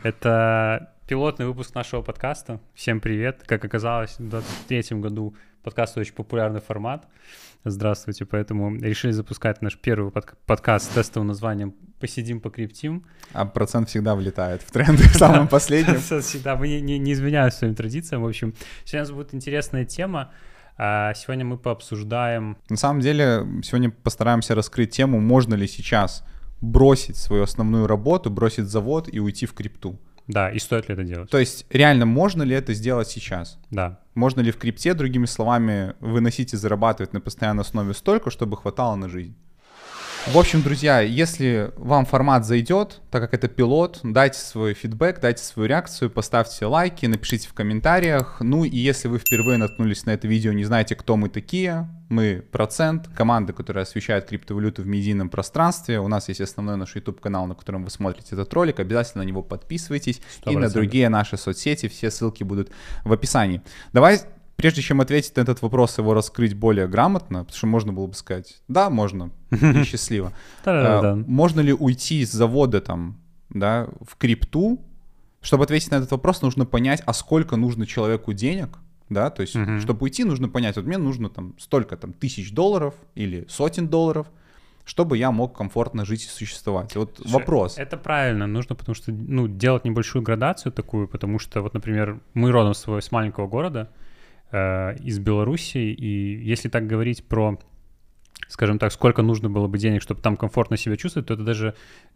Это пилотный выпуск нашего подкаста. Всем привет. Как оказалось, в 2023 году подкаст очень популярный формат. Здравствуйте. Поэтому решили запускать наш первый подкаст с тестовым названием «Посидим, покриптим». А процент всегда влетает в тренды самым последним. Всегда. Мы не изменяем своим традициям. В общем, сегодня у нас будет интересная тема. Сегодня мы пообсуждаем... На самом деле, сегодня постараемся раскрыть тему, можно ли сейчас бросить свою основную работу, бросить завод и уйти в крипту. Да, и стоит ли это делать? То есть реально можно ли это сделать сейчас? Да. Можно ли в крипте, другими словами, выносить и зарабатывать на постоянной основе столько, чтобы хватало на жизнь? В общем, друзья, если вам формат зайдет, так как это пилот, дайте свой фидбэк, дайте свою реакцию, поставьте лайки, напишите в комментариях. Ну и если вы впервые наткнулись на это видео, не знаете, кто мы такие, мы Процент, команда, которая освещает криптовалюту в медийном пространстве. У нас есть основной наш YouTube-канал, на котором вы смотрите этот ролик. Обязательно на него подписывайтесь. 100%. И на другие наши соцсети. Все ссылки будут в описании. Давай, прежде чем ответить на этот вопрос, его раскрыть более грамотно, потому что можно было бы сказать, да, можно, и счастливо. Можно ли уйти из завода там, да, в крипту? Чтобы ответить на этот вопрос, нужно понять, а сколько нужно человеку денег, да, то есть, чтобы уйти, нужно понять, вот мне нужно там столько там $1000 или сотен долларов, чтобы я мог комфортно жить и существовать. Вот слушай, вопрос. Это правильно, нужно, потому что, делать небольшую градацию такую, потому что, вот, например, мы родом с маленького города, из Беларуси, и если так говорить про, скажем так, сколько нужно было бы денег, чтобы там комфортно себя чувствовать, то это даже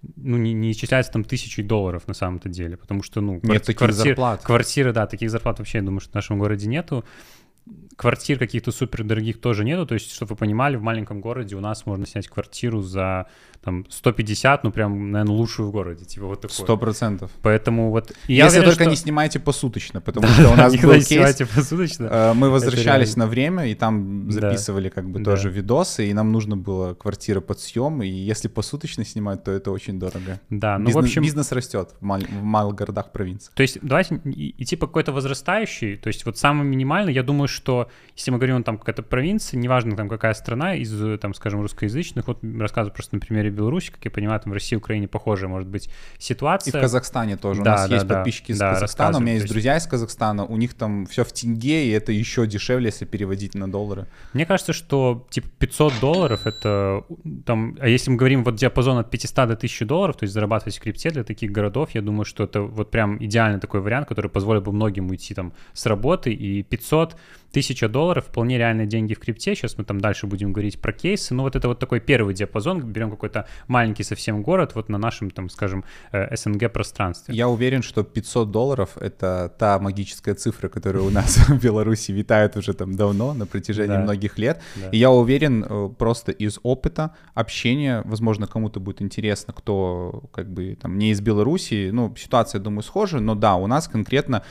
не исчисляется там $1000 на самом-то деле, потому что, нет таких зарплат. Квартиры, да, таких зарплат вообще, я думаю, что в нашем городе нету. Квартир каких-то супердорогих тоже нету, то есть, чтобы вы понимали, в маленьком городе у нас можно снять квартиру за там 150, прям, наверное, лучшую в городе, типа вот такой. 100%. Поэтому вот... Если только не снимайте посуточно, потому что у нас был кейс, посуточно. Мы возвращались на время, и там записывали как бы тоже видосы, и нам нужно было квартира под съем, и если посуточно снимать, то это очень дорого. Да, в общем... Бизнес растет в малых городах провинции. То есть давайте идти по какой-то возрастающей, то есть вот самый минимальный, я думаю, что если мы говорим, там какая-то провинция, неважно там какая страна из, там, скажем, русскоязычных, вот рассказываю просто на примере Беларуси, как я понимаю, там в России, Украине похожая может быть ситуация. И в Казахстане тоже. У нас есть подписчики из Казахстана, у меня есть друзья из Казахстана, у них там все в тенге, и это еще дешевле, если переводить на доллары. Мне кажется, что типа $500 это там, а если мы говорим вот диапазон от $500 до $1000, то есть зарабатывать в крипте для таких городов, я думаю, что это вот прям идеальный такой вариант, который позволил бы многим уйти там с работы, и $500-1000 вполне реальные деньги в крипте. Сейчас мы там дальше будем говорить про кейсы. Но вот это вот такой первый диапазон. Берем какой-то маленький совсем город вот на нашем, там, скажем, СНГ пространстве. Я уверен, что $500 — это та магическая цифра, которая у нас в Беларуси витает уже там давно, на протяжении многих лет. И я уверен просто из опыта общения, возможно, кому-то будет интересно, кто как бы там не из Беларуси. Ситуация, думаю, схожа, но да, у нас конкретно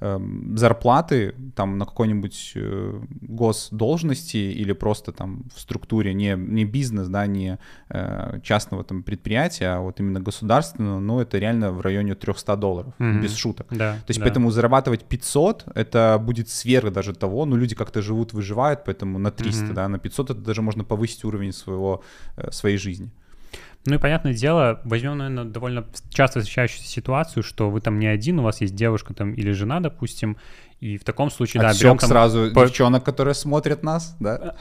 зарплаты там на какой-нибудь госдолжности или просто там в структуре не бизнес, да, не частного там предприятия, а вот именно государственного, это реально в районе $300, без шуток. Да, то есть поэтому зарабатывать 500 это будет сверх даже того, люди как-то живут, выживают, поэтому на 300, да, на 500 это даже можно повысить уровень своей жизни. И понятное дело, возьмем, наверное, довольно часто встречающуюся ситуацию, что вы там не один, у вас есть девушка там или жена, допустим, и в таком случае, да, берем там... сразу девчонок, которые смотрят нас, да?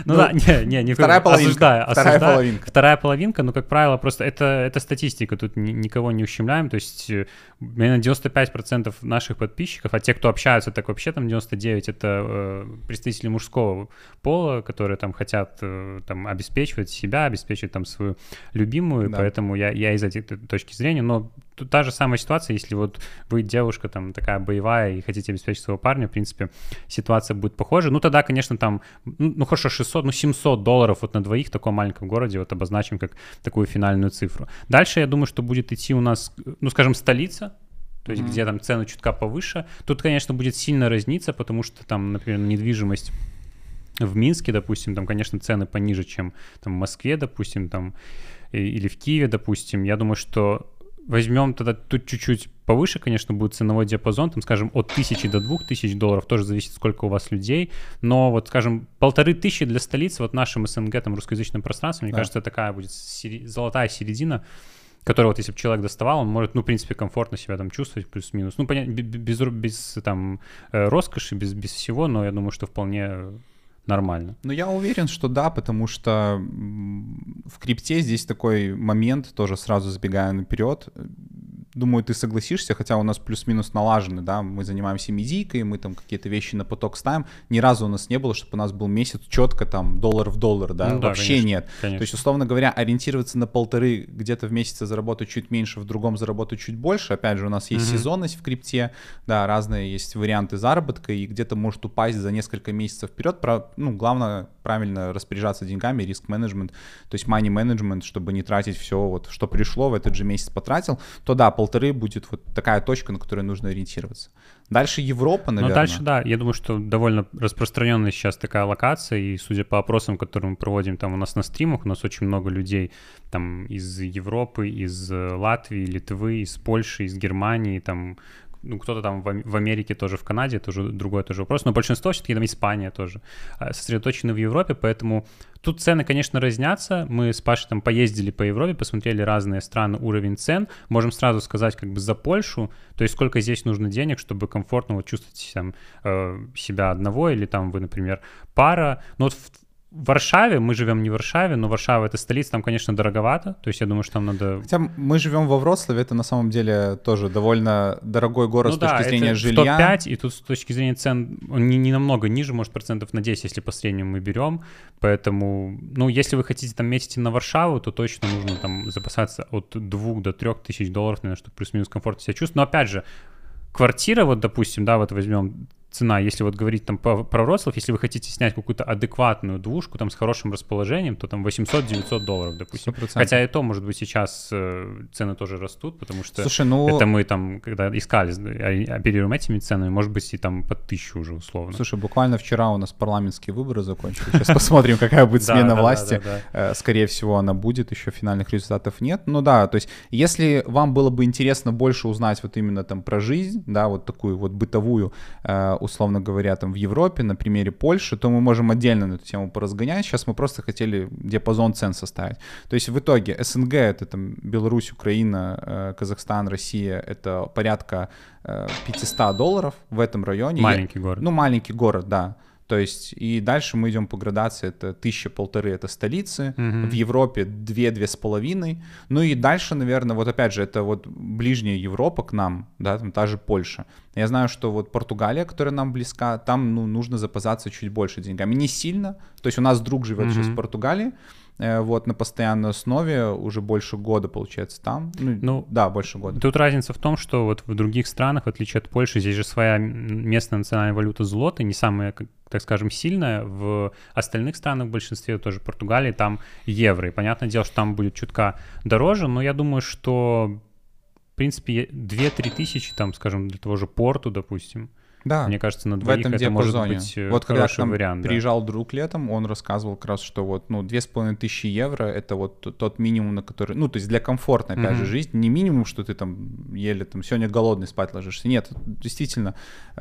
Не вторая половинка. Вторая половинка, как правило, просто это статистика, тут никого не ущемляем, то есть, наверное, 95% наших подписчиков, а те, кто общаются, так вообще там 99% это представители мужского пола, которые там хотят там обеспечивать себя, обеспечивать там свою любимую, поэтому я из этой точки зрения, но тут та же самая ситуация, если вот вы девушка там такая боевая и хотите обеспечить своего парня, в принципе, ситуация будет похожа. Тогда, конечно, там, хорошо, $600, $700 вот на двоих в таком маленьком городе вот обозначим как такую финальную цифру. Дальше, я думаю, что будет идти у нас, скажем, столица, то есть где там цены чутка повыше. Тут, конечно, будет сильно разниться, потому что там, например, недвижимость в Минске, допустим, там, конечно, цены пониже, чем там в Москве, допустим, там, или в Киеве, допустим. Я думаю, что возьмем тогда тут чуть-чуть повыше, конечно, будет ценовой диапазон, там, скажем, от $1000 до $2000, тоже зависит, сколько у вас людей, но вот, скажем, 1500 для столицы, вот в нашем СНГ, там, русскоязычном пространстве, мне кажется, такая будет золотая середина, который вот если бы человек доставал, он может, ну, в принципе, комфортно себя там чувствовать, плюс-минус. Ну, понятно, без там роскоши, без всего, но я думаю, что вполне нормально. Ну, я уверен, что да, потому что в крипте здесь такой момент, тоже сразу забегая наперед. Думаю, ты согласишься, хотя у нас плюс-минус налажены, да, мы занимаемся медийкой, мы там какие-то вещи на поток ставим. Ни разу у нас не было, чтобы у нас был месяц четко там доллар в доллар, да, ну, да, вообще конечно, нет. Конечно. То есть, условно говоря, ориентироваться на 1,5 где-то в месяц заработать чуть меньше, в другом заработать чуть больше. Опять же, у нас есть сезонность в крипте, да, разные есть варианты заработка, и где-то может упасть за несколько месяцев вперед. Ну, главное правильно распоряжаться деньгами, риск-менеджмент, то есть money-менеджмент, чтобы не тратить все, вот, что пришло, в этот же месяц потратил, то да, 1,5 будет вот такая точка, на которую нужно ориентироваться. Дальше Европа, наверное. Ну, дальше, да, я думаю, что довольно распространенная сейчас такая локация, и судя по опросам, которые мы проводим там у нас на стримах, у нас очень много людей там из Европы, из Латвии, Литвы, из Польши, из Германии, там, ну, кто-то там в Америке тоже, в Канаде, это уже другой тоже вопрос, но большинство все-таки там Испания тоже сосредоточены в Европе, поэтому тут цены, конечно, разнятся. Мы с Пашей там поездили по Европе, посмотрели разные страны, уровень цен. Можем сразу сказать как бы за Польшу, то есть сколько здесь нужно денег, чтобы комфортно вот чувствовать там себя одного или там вы, например, пара. Но вот в Варшаве, мы живем не в Варшаве, но Варшава — это столица, там, конечно, дороговато, то есть я думаю, что там надо... Хотя мы живем во Вроцлаве, это на самом деле тоже довольно дорогой город, ну, с точки зрения жилья. Топ-5, и тут с точки зрения цен он не намного ниже, может, процентов на 10, если по среднему мы берем, поэтому, ну, если вы хотите там метить на Варшаву, то точно нужно там запасаться от 2 до 3 тысяч долларов, наверное, чтобы плюс-минус комфортно себя чувствовать, но опять же, квартира, вот, допустим, да, вот возьмем цена, если вот говорить там про Вроцлав, если вы хотите снять какую-то адекватную двушку там с хорошим расположением, то там 800-900 долларов, допустим. 100%. Хотя и то, может быть, сейчас цены тоже растут, потому что это мы там, когда искали, оперируем этими ценами, может быть, и там под 1000 уже условно. Слушай, буквально вчера у нас парламентские выборы закончились. Сейчас посмотрим, какая будет смена власти. Скорее всего, она будет, еще финальных результатов нет. Ну да, то есть, если вам было бы интересно больше узнать вот именно там про жизнь, да, вот такую вот бытовую, условно говоря, там в Европе, на примере Польши, то мы можем отдельно на эту тему поразгонять. Сейчас мы просто хотели диапазон цен составить. То есть в итоге СНГ — это там Беларусь, Украина, Казахстан, Россия — это порядка 500 долларов в этом районе. Маленький город. Ну, маленький город, да. То есть и дальше мы идем по градации, это 1000-1500 это столицы, в Европе 2-2,5. Ну и дальше, наверное, вот опять же, это вот ближняя Европа к нам, да, там та же Польша. Я знаю, что вот Португалия, которая нам близка, там, ну, нужно запасаться чуть больше деньгами. Не сильно, то есть у нас друг живет сейчас в Португалии, вот, на постоянной основе, уже больше года, получается, там. Ну, да, больше года. Тут разница в том, что вот в других странах, в отличие от Польши, здесь же своя местная национальная валюта злоты, не самая, так скажем, сильная. В остальных странах, в большинстве, тоже Португалии, там евро. И понятное дело, что там будет чутка дороже, но я думаю, что, в принципе, 2-3 тысячи, там, скажем, для того же Порту, допустим, да, мне кажется, на двоих это может быть вот хороший когда вариант. Приезжал друг летом, он рассказывал как раз, что вот, ну, 2500 евро — это вот тот минимум, на который, ну, то есть для комфортной, опять же, жизни, не минимум, что ты там еле там сегодня голодный спать ложишься, нет, действительно,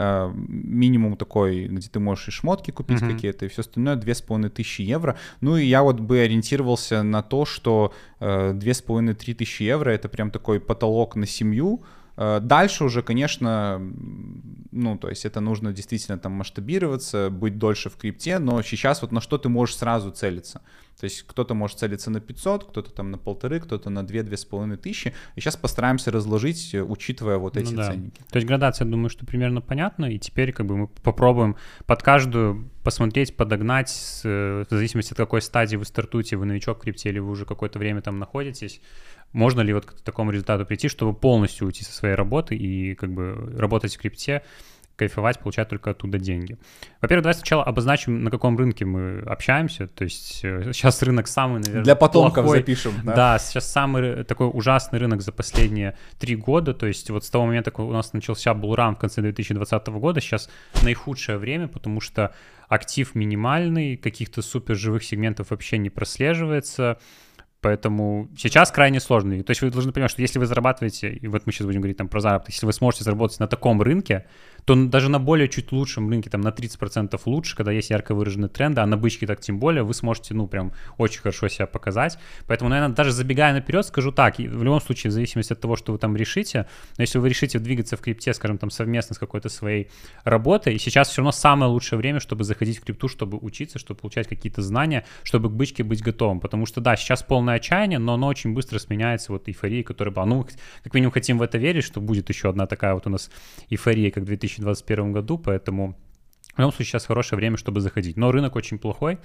минимум такой, где ты можешь и шмотки купить какие-то, и все остальное, 2500 евро. Ну, и я вот бы ориентировался на то, что 2500-3 тысячи евро — это прям такой потолок на семью. Дальше уже, конечно, ну, то есть это нужно действительно там масштабироваться, быть дольше в крипте, но сейчас вот на что ты можешь сразу целиться. То есть кто-то может целиться на 500, кто-то там на 1500, кто-то на 2-2,5 тысячи. И сейчас постараемься разложить, учитывая вот эти ценники. То есть градация, я думаю, что примерно понятна. И теперь как бы мы попробуем под каждую посмотреть, подогнать, в зависимости от какой стадии вы стартуете, вы новичок в крипте или вы уже какое-то время там находитесь. Можно ли вот к такому результату прийти, чтобы полностью уйти со своей работы и как бы работать в крипте, кайфовать, получать только оттуда деньги. Во-первых, давай сначала обозначим, на каком рынке мы общаемся. То есть сейчас рынок самый, наверное, для потомков плохой. Запишем. Да, сейчас самый такой ужасный рынок за последние 3 года. То есть вот с того момента, как у нас начался булран в конце 2020 года, сейчас наихудшее время, потому что актив минимальный, каких-то супер живых сегментов вообще не прослеживается. Поэтому сейчас крайне сложно. То есть вы должны понимать, что если вы зарабатываете, и вот мы сейчас будем говорить там про заработок, если вы сможете заработать на таком рынке, то даже на более чуть лучшем рынке, там на 30% лучше, когда есть ярко выраженные тренды, а на бычке так тем более, вы сможете, ну, прям очень хорошо себя показать. Поэтому, наверное, даже забегая наперед, скажу так, в любом случае, в зависимости от того, что вы там решите, но если вы решите двигаться в крипте, скажем, там совместно с какой-то своей работой, и сейчас все равно самое лучшее время, чтобы заходить в крипту, чтобы учиться, чтобы получать какие-то знания, чтобы к бычке быть готовым. Потому что, да, сейчас полное отчаяние, но оно очень быстро сменяется вот эйфорией, которая была. Ну, как минимум хотим в это верить, что будет еще одна такая вот у нас эйфория, как в 2021 году, поэтому в любом случае сейчас хорошее время, чтобы заходить. Но рынок очень плохой,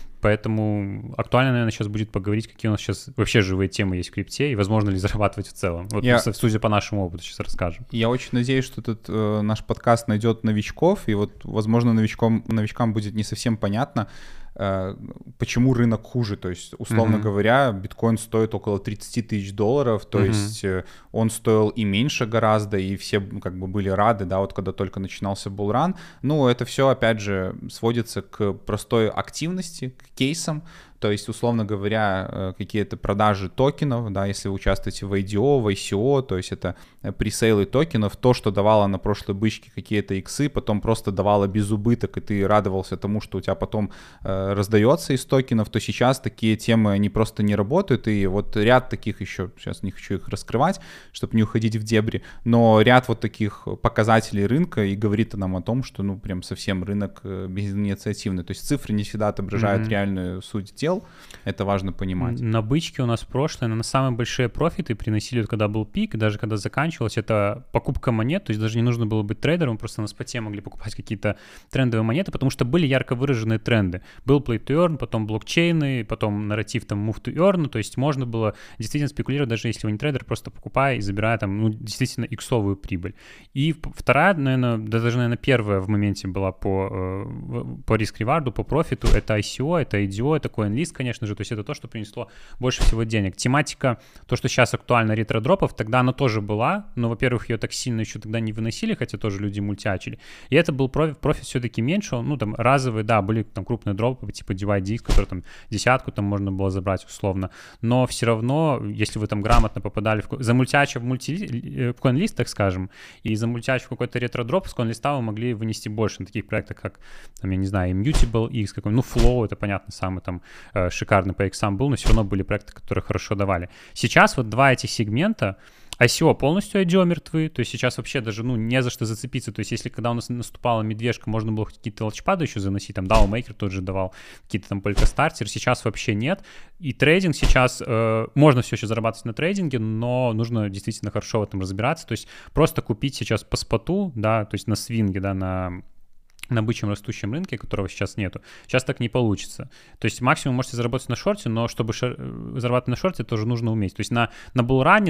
поэтому актуально, наверное, сейчас будет поговорить, какие у нас сейчас вообще живые темы есть в крипте и возможно ли зарабатывать в целом. Вот судя по нашему опыту, сейчас расскажем. Я очень надеюсь, что этот наш подкаст найдет новичков, и вот, возможно, новичкам будет не совсем понятно, почему рынок хуже. То есть, условно говоря, биткоин стоит около 30 тысяч долларов, то есть он стоил и меньше гораздо, и все как бы были рады, да, вот когда только начинался булран. Ну, это все, опять же, сводится к простой активности, к кейсам. То есть, условно говоря, какие-то продажи токенов, да, если вы участвуете в IDO, в ICO, то есть это пресейлы токенов, то, что давало на прошлой бычке какие-то иксы, потом просто давало без убыток, и ты радовался тому, что у тебя потом раздается из токенов, то сейчас такие темы, они просто не работают, и вот ряд таких еще, сейчас не хочу их раскрывать, чтобы не уходить в дебри, но ряд вот таких показателей рынка и говорит нам о том, что, ну, прям совсем рынок безинициативный, то есть цифры не всегда отображают реальную суть дела. Это важно понимать. На бычке у нас прошлое, на самые большие профиты приносили, когда был пик, даже когда заканчивалось, это покупка монет, то есть даже не нужно было быть трейдером, просто на споте могли покупать какие-то трендовые монеты, потому что были ярко выраженные тренды. Был play to earn, потом блокчейны, потом нарратив там move to earn, то есть можно было действительно спекулировать, даже если вы не трейдер, просто покупая и забирая там, ну, действительно иксовую прибыль. И вторая, наверное, даже, наверное, первая в моменте была по риск-реварду, по профиту, это ICO, это IDO, это CoinList, конечно же, то есть это то, что принесло больше всего денег. Тематика, то, что сейчас актуально ретро-дропов, тогда она тоже была, но, во-первых, ее так сильно еще тогда не выносили, хотя тоже люди мультячили. И это был профит все-таки меньше, ну, там, разовые, да, были там крупные дропы, типа DYDX, которые там десятку там можно было забрать условно, но все равно, если вы там грамотно попадали замультячив в CoinList, так скажем, и замультячив какой-то ретро-дроп, с CoinList вы могли вынести больше на таких проектах, как, там, я не знаю, Immutable X, какой, ну, Flow, это понятно, самый там шикарный по иксам был, но все равно были проекты, которые хорошо давали. Сейчас вот два эти сегмента, ICO полностью IDO мертвы, то есть сейчас вообще даже, ну, не за что зацепиться, то есть если когда у нас наступала медвежка, можно было какие-то лаунчпады еще заносить, там DAO Maker тот же давал какие-то там Polkastarter, сейчас вообще нет, и трейдинг сейчас, можно все еще зарабатывать на трейдинге, но нужно действительно хорошо в этом разбираться, то есть просто купить сейчас по споту, да, то есть на свинге, да, на бычьем растущем рынке, которого сейчас нету, сейчас так не получится. То есть максимум можете заработать на шорте, но чтобы зарабатывать на шорте, тоже нужно уметь. То есть на булране,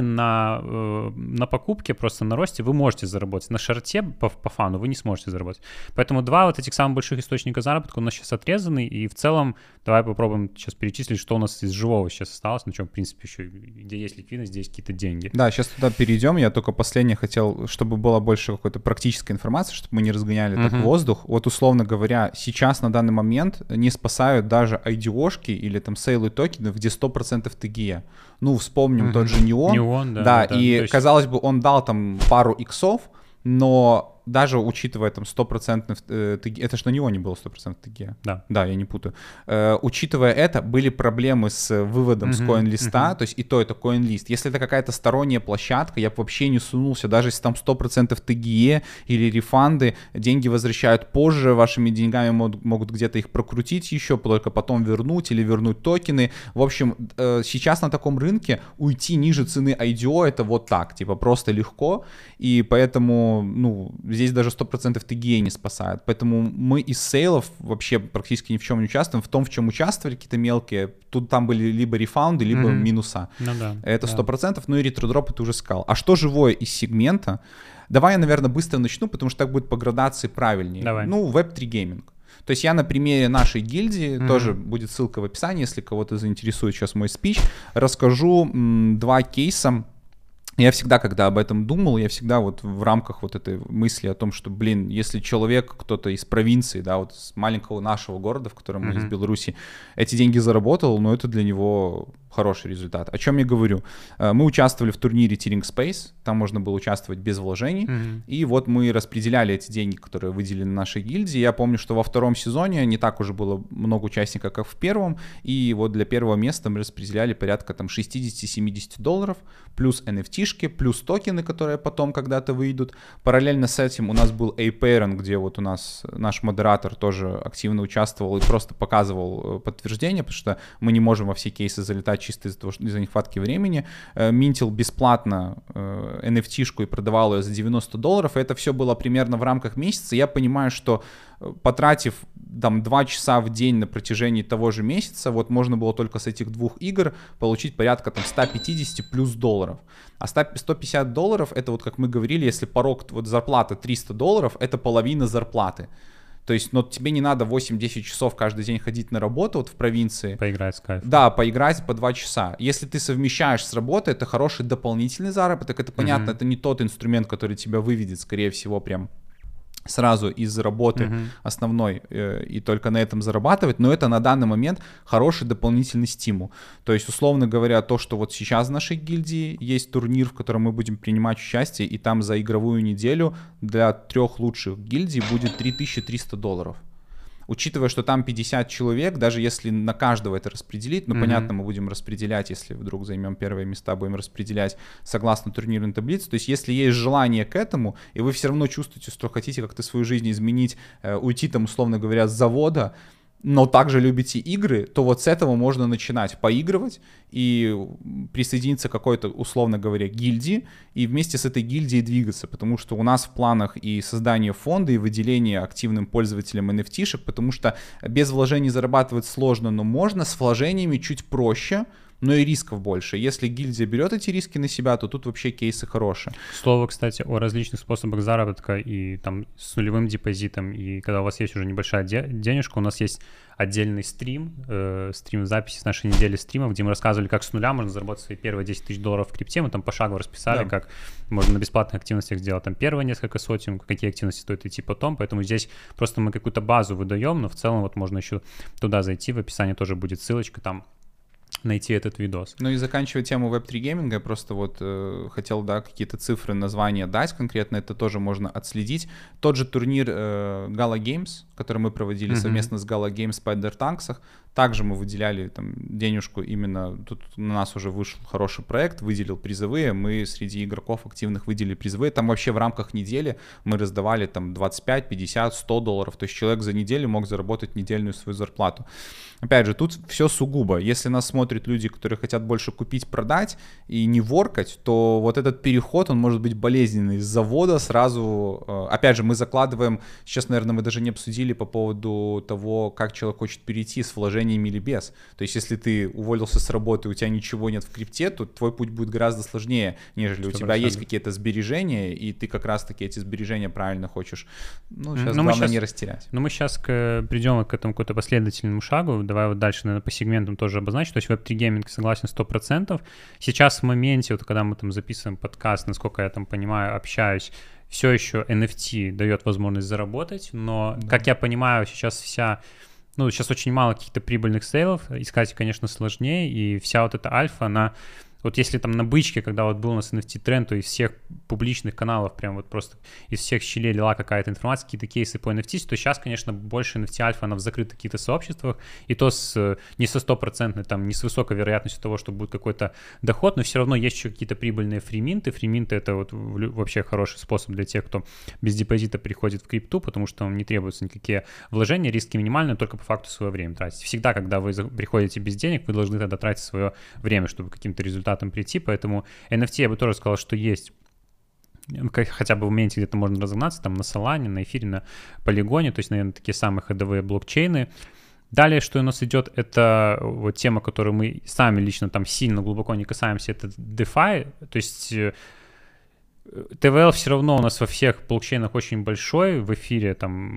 на покупке, просто на росте вы можете заработать. На шорте по фану вы не сможете заработать. Поэтому два вот этих самых больших источника заработка у нас сейчас отрезаны, и в целом давай попробуем сейчас перечислить, что у нас из живого сейчас осталось, на чем, в принципе, еще где есть ликвидность, где есть какие-то деньги. Да, сейчас туда перейдем. Я только последнее хотел, чтобы было больше какой-то практической информации, чтобы мы не разгоняли так воздух. Вот, условно говоря, сейчас на данный момент не спасают даже IDO-шки или там сейлы токенов, где 100% ТГЕ. Ну, вспомним тот же Неон. Неон, да. Да, и есть... казалось бы, он дал там пару иксов, но даже учитывая там 100% ТГ, это же на него не было 100% ТГ. Да. Да, я не путаю. Учитывая это, были проблемы с выводом с CoinList, то есть и то это CoinList. Если это какая-то сторонняя площадка, я бы вообще не сунулся, даже если там 100% ТГЕ или рефанды, деньги возвращают позже, вашими деньгами могут где-то их прокрутить еще, только потом вернуть или вернуть токены. В общем, сейчас на таком рынке уйти ниже цены IDO это вот так, типа просто легко, и поэтому, ну, здесь даже 100% ТГЕ не спасает. Поэтому мы из сейлов вообще практически ни в чем не участвуем. В том, в чем участвовали какие-то мелкие, тут там были либо рефаунды, либо минуса. Ну, да, это 100%, ну и ретродропы ты уже сказал. А что живое из сегмента? Давай я, наверное, быстро начну, потому что так будет по градации правильнее. Давай. Ну, Web3 гейминг. То есть я на примере нашей гильдии, тоже будет ссылка в описании, если кого-то заинтересует сейчас мой спич, расскажу два кейса. Я всегда, когда об этом думал, я всегда вот в рамках вот этой мысли о том, что, блин, если человек, кто-то из провинции, да, вот с маленького нашего города, в котором мы из Беларуси, эти деньги заработал, но это для него хороший результат. О чем я говорю? Мы участвовали в турнире Turing Space, там можно было участвовать без вложений, и вот мы распределяли эти деньги, которые выделены нашей гильдии. Я помню, что во втором сезоне не так уже было много участников, как в первом, и вот для первого места мы распределяли порядка там $60-70, плюс NFT-шки, плюс токены, которые потом когда-то выйдут. Параллельно с этим у нас был A-Parent, где вот у нас наш модератор тоже активно участвовал и просто показывал подтверждение, потому что мы не можем во все кейсы залетать чисто из-за нехватки времени. Минтил бесплатно NFT-шку и продавал ее за $90. И это все было примерно в рамках месяца. Я понимаю, что потратив там 2 часа в день на протяжении того же месяца, вот можно было только с этих 2 игр получить порядка там 150 плюс долларов. А $150 это вот как мы говорили, если порог вот зарплаты $300, это половина зарплаты. То есть, но тебе не надо 8-10 часов каждый день ходить на работу вот в провинции. Поиграть с кайфом. Да, поиграть по 2 часа. Если ты совмещаешь с работой, это хороший дополнительный заработок. Это понятно, это не тот инструмент, который тебя выведет, скорее всего, прям сразу из работы основной и только на этом зарабатывать, но это на данный момент хороший дополнительный стимул. То есть, условно говоря, то, что вот сейчас в нашей гильдии есть турнир, в котором мы будем принимать участие, и там за игровую неделю для 3 лучших гильдий будет $3300. Учитывая, что там 50 человек, даже если на каждого это распределить, ну, понятно, мы будем распределять, если вдруг займем первые места, будем распределять согласно турнирной таблице. То есть, если есть желание к этому, и вы все равно чувствуете, что хотите как-то свою жизнь изменить, уйти там, условно говоря, с завода, но также любите игры, то вот с этого можно начинать поигрывать и присоединиться к какой-то, условно говоря, гильдии, и вместе с этой гильдией двигаться, потому что у нас в планах и создание фонда, и выделение активным пользователям NFT-шек, потому что без вложений зарабатывать сложно, но можно, с вложениями чуть проще, но и рисков больше. Если гильдия берет эти риски на себя, то тут вообще кейсы хорошие. Слово, кстати, о различных способах заработка и там с нулевым депозитом, и когда у вас есть уже небольшая денежка, у нас есть отдельный стрим записи с нашей недели стримов, где мы рассказывали, как с нуля можно заработать свои первые $10 000 в крипте, мы там пошагово расписали, да, как можно на бесплатных активностях сделать там первые несколько сотен, какие активности стоит идти потом, поэтому здесь просто мы какую-то базу выдаем, но в целом вот можно еще туда зайти, в описании тоже будет ссылочка, там найти этот видос. Ну и заканчивая тему Web3 гейминга, я просто вот хотел, да, какие-то цифры, названия дать конкретно, это тоже можно отследить. Тот же турнир Gala Games, который мы проводили совместно с Gala Games по Spider Tanks, также мы выделяли там денежку именно, тут на нас уже вышел хороший проект, выделил призовые, мы среди игроков активных выделили призовые, там вообще в рамках недели мы раздавали там 25, 50, $100, то есть человек за неделю мог заработать недельную свою зарплату. Опять же, тут все сугубо. Если нас смотрят люди, которые хотят больше купить, продать и не воркать, то вот этот переход, он может быть болезненный. С завода сразу... Опять же, мы закладываем... Сейчас, наверное, мы даже не обсудили по поводу того, как человек хочет перейти, с вложениями или без. То есть, если ты уволился с работы, у тебя ничего нет в крипте, то твой путь будет гораздо сложнее, нежели 100%. У тебя есть какие-то сбережения, и ты как раз-таки эти сбережения правильно хочешь. Ну, сейчас главное не растерять. Но мы сейчас придем к этому какому-то последовательному шагу. Давай вот дальше, наверное, по сегментам тоже обозначить. То есть Web3 гейминг, согласен, 100%. Сейчас в моменте, вот когда мы там записываем подкаст, насколько я там понимаю, общаюсь, все еще NFT дает возможность заработать, но, как я понимаю, сейчас сейчас очень мало каких-то прибыльных сейлов, искать, конечно, сложнее, и вся вот эта альфа, она... Вот если там на бычке, когда вот был у нас NFT-тренд, то из всех публичных каналов, прям вот просто из всех щелей лила какая-то информация, какие-то кейсы по NFT, то сейчас, конечно, больше NFT-альфа, она в закрытых каких-то сообществах, и то не со 100%, там, не с высокой вероятностью того, что будет какой-то доход, но все равно есть еще какие-то прибыльные фриминты. Фриминты — это вот вообще хороший способ для тех, кто без депозита приходит в крипту, потому что не требуются никакие вложения, риски минимальные, только по факту свое время тратить. Всегда, когда вы приходите без денег, вы должны тогда тратить свое время, чтобы каким-то результатом прийти, поэтому NFT я бы тоже сказал, что есть хотя бы в моменте где-то можно разогнаться, там на Solana, на эфире, на полигоне, то есть, наверное, такие самые ходовые блокчейны. Далее, что у нас идет, это вот тема, которую мы сами лично там сильно глубоко не касаемся, это DeFi, то есть ТВЛ все равно у нас во всех блокчейнах очень большой, в эфире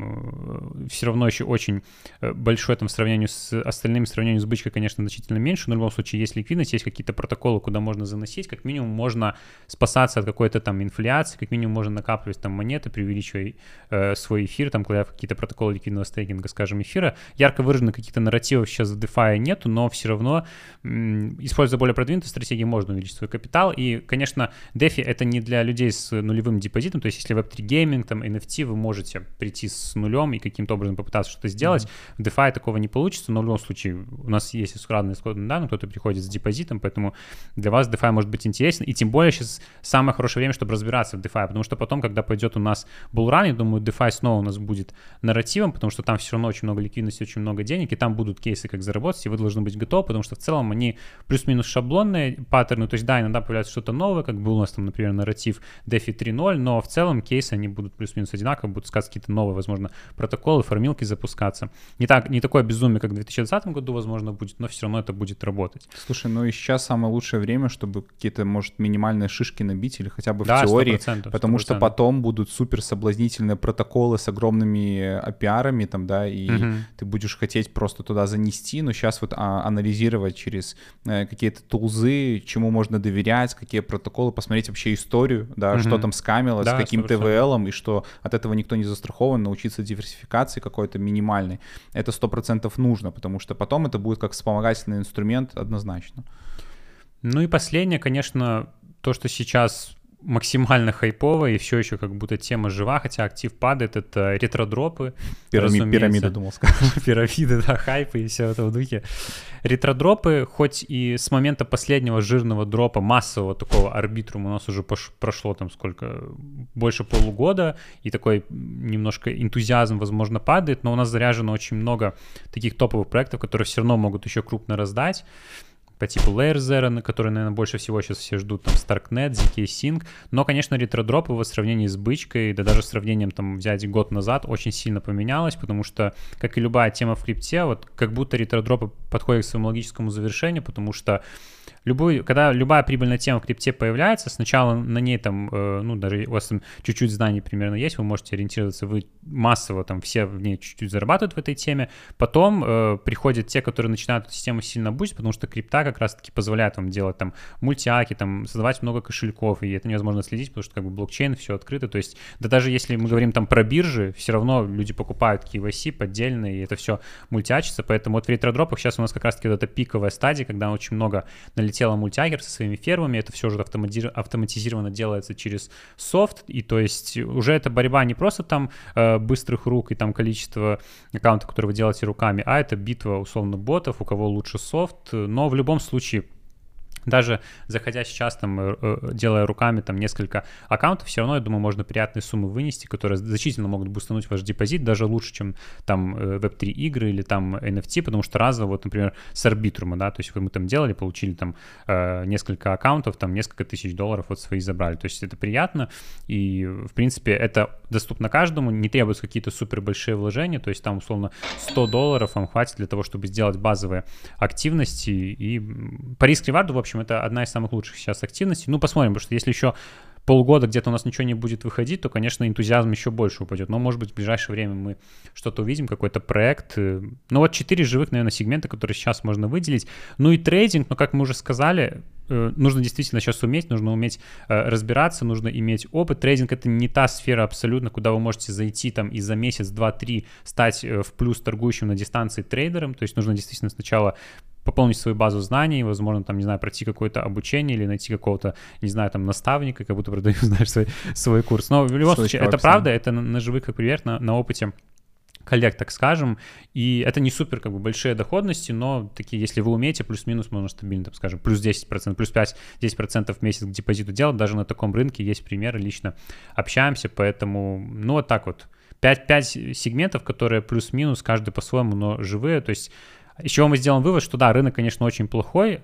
там все равно еще очень большой там в сравнении с остальными, в сравнении с бычкой, конечно, значительно меньше, но в любом случае есть ликвидность, есть какие-то протоколы, куда можно заносить, как минимум можно спасаться от какой-то там инфляции, как минимум можно накапливать там монеты, преувеличивая свой эфир, там, кладя какие-то протоколы ликвидного стейкинга, скажем, эфира. Ярко выраженных каких-то нарративов сейчас в DeFi нету, но все равно, используя более продвинутые стратегии, можно увеличить свой капитал, и, конечно, DeFi — это не для людей с нулевым депозитом, то есть если Web3 гейминг, там, NFT, вы можете прийти с нулем и каким-то образом попытаться что-то сделать. В DeFi такого не получится, но в любом случае у нас есть исходные данные, кто-то приходит с депозитом, поэтому для вас DeFi может быть интересен, и тем более сейчас самое хорошее время, чтобы разбираться в DeFi, потому что потом, когда пойдет у нас bullrun, я думаю, DeFi снова у нас будет нарративом, потому что там все равно очень много ликвидности, очень много денег, и там будут кейсы, как заработать, и вы должны быть готовы, потому что в целом они плюс-минус шаблонные паттерны, то есть да, иногда появляется что-то новое, как был у нас там, например, нарратив DeFi 3.0, но в целом кейсы, они будут плюс-минус одинаковые, будут сказать какие-то новые, возможно, протоколы, формилки запускаться. Не такое безумие, как в 2020 году, возможно, будет, но все равно это будет работать. Слушай, ну и сейчас самое лучшее время, чтобы какие-то, может, минимальные шишки набить или хотя бы в теории, 100%, потому что потом будут супер соблазнительные протоколы с огромными API-арами, там, да, и ты будешь хотеть просто туда занести, но сейчас вот анализировать через какие-то тулзы, чему можно доверять, какие протоколы, посмотреть вообще историю, да, что там скамилось, да, с каким ТВЛом, и что от этого никто не застрахован, научиться диверсификации какой-то минимальной. Это 100% нужно, потому что потом это будет как вспомогательный инструмент однозначно. Ну и последнее, конечно, то, что сейчас максимально хайпово, и все еще как будто тема жива, хотя актив падает, это ретродропы. Пирамида, думал сказать. Пирамиды, да, хайпы и все это в духе. Ретродропы, хоть и с момента последнего жирного дропа, массового такого арбитрума у нас уже прошло там сколько, больше полугода, и такой немножко энтузиазм, возможно, падает, но у нас заряжено очень много таких топовых проектов, которые все равно могут еще крупно раздать, по типу Layer Zero, который, наверное, больше всего сейчас все ждут, там, Starknet, ZK Sync, но, конечно, ретродропы в сравнении с бычкой, да даже с сравнением, там, взять год назад, очень сильно поменялось, потому что, как и любая тема в крипте, вот как будто ретродропы подходят к своему логическому завершению, потому что когда любая прибыльная тема в крипте появляется, сначала на ней там, ну, даже у вас там чуть-чуть знаний примерно есть, вы можете ориентироваться, вы массово там все в ней чуть-чуть зарабатывают в этой теме, потом приходят те, которые начинают эту систему сильно бустить, потому что крипта как раз-таки позволяет вам делать там мультиаки, там создавать много кошельков, и это невозможно следить, потому что как бы блокчейн, все открыто, то есть, да даже если мы говорим там про биржи, все равно люди покупают KYC поддельные, и это все мультиачится, поэтому вот в ретродропах сейчас у нас как раз-таки вот эта пиковая стадия, когда очень много налетело мультиагер со своими фермами, это все уже автоматизированно делается через софт, и то есть уже эта борьба не просто там быстрых рук и там количество аккаунтов, которые вы делаете руками, а это битва условно ботов, у кого лучше софт, но в любом случае даже заходя сейчас, там, делая руками там несколько аккаунтов, все равно, я думаю, можно приятные суммы вынести, которые значительно могут бустануть ваш депозит, даже лучше, чем там Web3 игры или там NFT, потому что разово, вот, например, с арбитрума, да, то есть мы там делали, получили там несколько аккаунтов, там несколько тысяч долларов вот свои забрали, то есть это приятно, и, в принципе, это доступно каждому, не требуются какие-то супер большие вложения, то есть там, условно, $100 вам хватит для того, чтобы сделать базовые активности, и по риск-реварду, в общем, это одна из самых лучших сейчас активностей. Ну, посмотрим, потому что если еще полгода где-то у нас ничего не будет выходить, то, конечно, энтузиазм еще больше упадет. Но, может быть, в ближайшее время мы что-то увидим, какой-то проект. Ну, вот 4 живых, наверное, сегмента, которые сейчас можно выделить. Ну и трейдинг, но, как мы уже сказали, нужно действительно сейчас уметь, нужно уметь разбираться, нужно иметь опыт. Трейдинг — это не та сфера абсолютно, куда вы можете зайти там и за месяц, 2-3 стать в плюс торгующим на дистанции трейдером. То есть нужно действительно сначала пополнить свою базу знаний, возможно, там, не знаю, пройти какое-то обучение или найти какого-то, не знаю, там, наставника, как будто продаю, знаешь, свой курс. Но в любом случае, это правда, это на живых, как пример, на опыте коллег, так скажем, и это не супер как бы большие доходности, но такие, если вы умеете, плюс-минус можно стабильно, так скажем, плюс 10%, плюс 5-10% в месяц к депозиту делать, даже на таком рынке есть примеры, лично общаемся, поэтому, ну, вот так вот. 5 сегментов, которые плюс-минус, каждый по-своему, но живые, то есть из чего мы сделаем вывод, что да, рынок, конечно, очень плохой,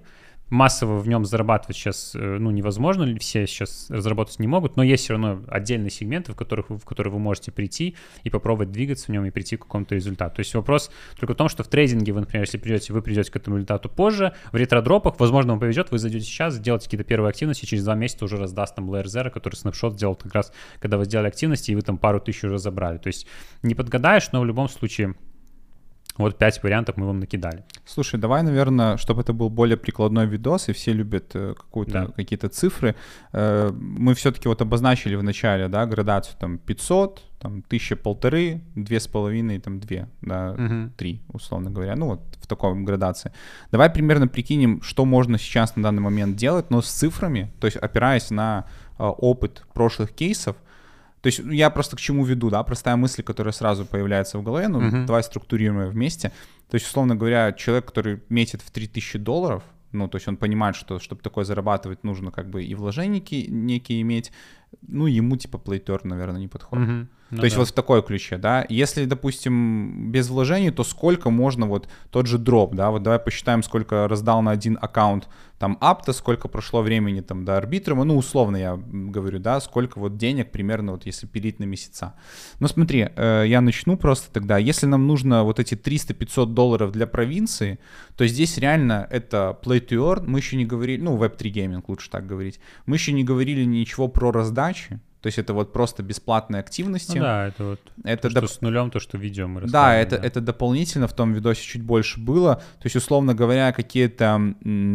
массово в нем зарабатывать сейчас, ну, невозможно, все сейчас разработать не могут, но есть все равно отдельные сегменты, в которые вы можете прийти и попробовать двигаться в нем и прийти к какому-то результату. То есть вопрос только в том, что в трейдинге вы, например, если вы придете к этому результату позже, в ретродропах, возможно, вам повезет, вы зайдете сейчас, сделаете какие-то первые активности, через 2 месяца уже раздаст там Blair Zero, который снапшот сделал как раз, когда вы сделали активности, и вы там пару тысяч уже забрали. То есть не подгадаешь, но в любом случае вот 5 вариантов мы вам накидали. Слушай, давай, наверное, чтобы это был более прикладной видос, и все любят какие-то цифры, мы все-таки вот обозначили в начале, да, градацию там 500, там 1000-1500, 2,5, там 2, да, 3, условно говоря, ну вот в такой градации. Давай примерно прикинем, что можно сейчас на данный момент делать, но с цифрами, то есть опираясь на опыт прошлых кейсов. То есть я просто к чему веду, да, простая мысль, которая сразу появляется в голове, ну, давай структурируем ее вместе. То есть, условно говоря, человек, который метит в $3000, ну, то есть он понимает, что чтобы такое зарабатывать, нужно как бы и вложения некие иметь, ну, ему типа Play to Earn, наверное, не подходит. То есть вот в такой ключе, да. Если, допустим, без вложений, то сколько можно вот тот же дроп, да, вот давай посчитаем, сколько раздал на один аккаунт там апта, сколько прошло времени там до арбитрума, ну, условно я говорю, да, сколько вот денег примерно вот если пилить на месяца. Но смотри, я начну просто тогда. Если нам нужно вот эти $300-500 для провинции, то здесь реально это Play to Earn, мы еще не говорили, ну, Web3 Gaming лучше так говорить, мы еще не говорили ничего про раздачи. То есть это вот просто бесплатные активности. Ну да, это вот это что с нулем, то, что видео мы рассказываем. Да, это дополнительно в том видосе чуть больше было. То есть, условно говоря, какие-то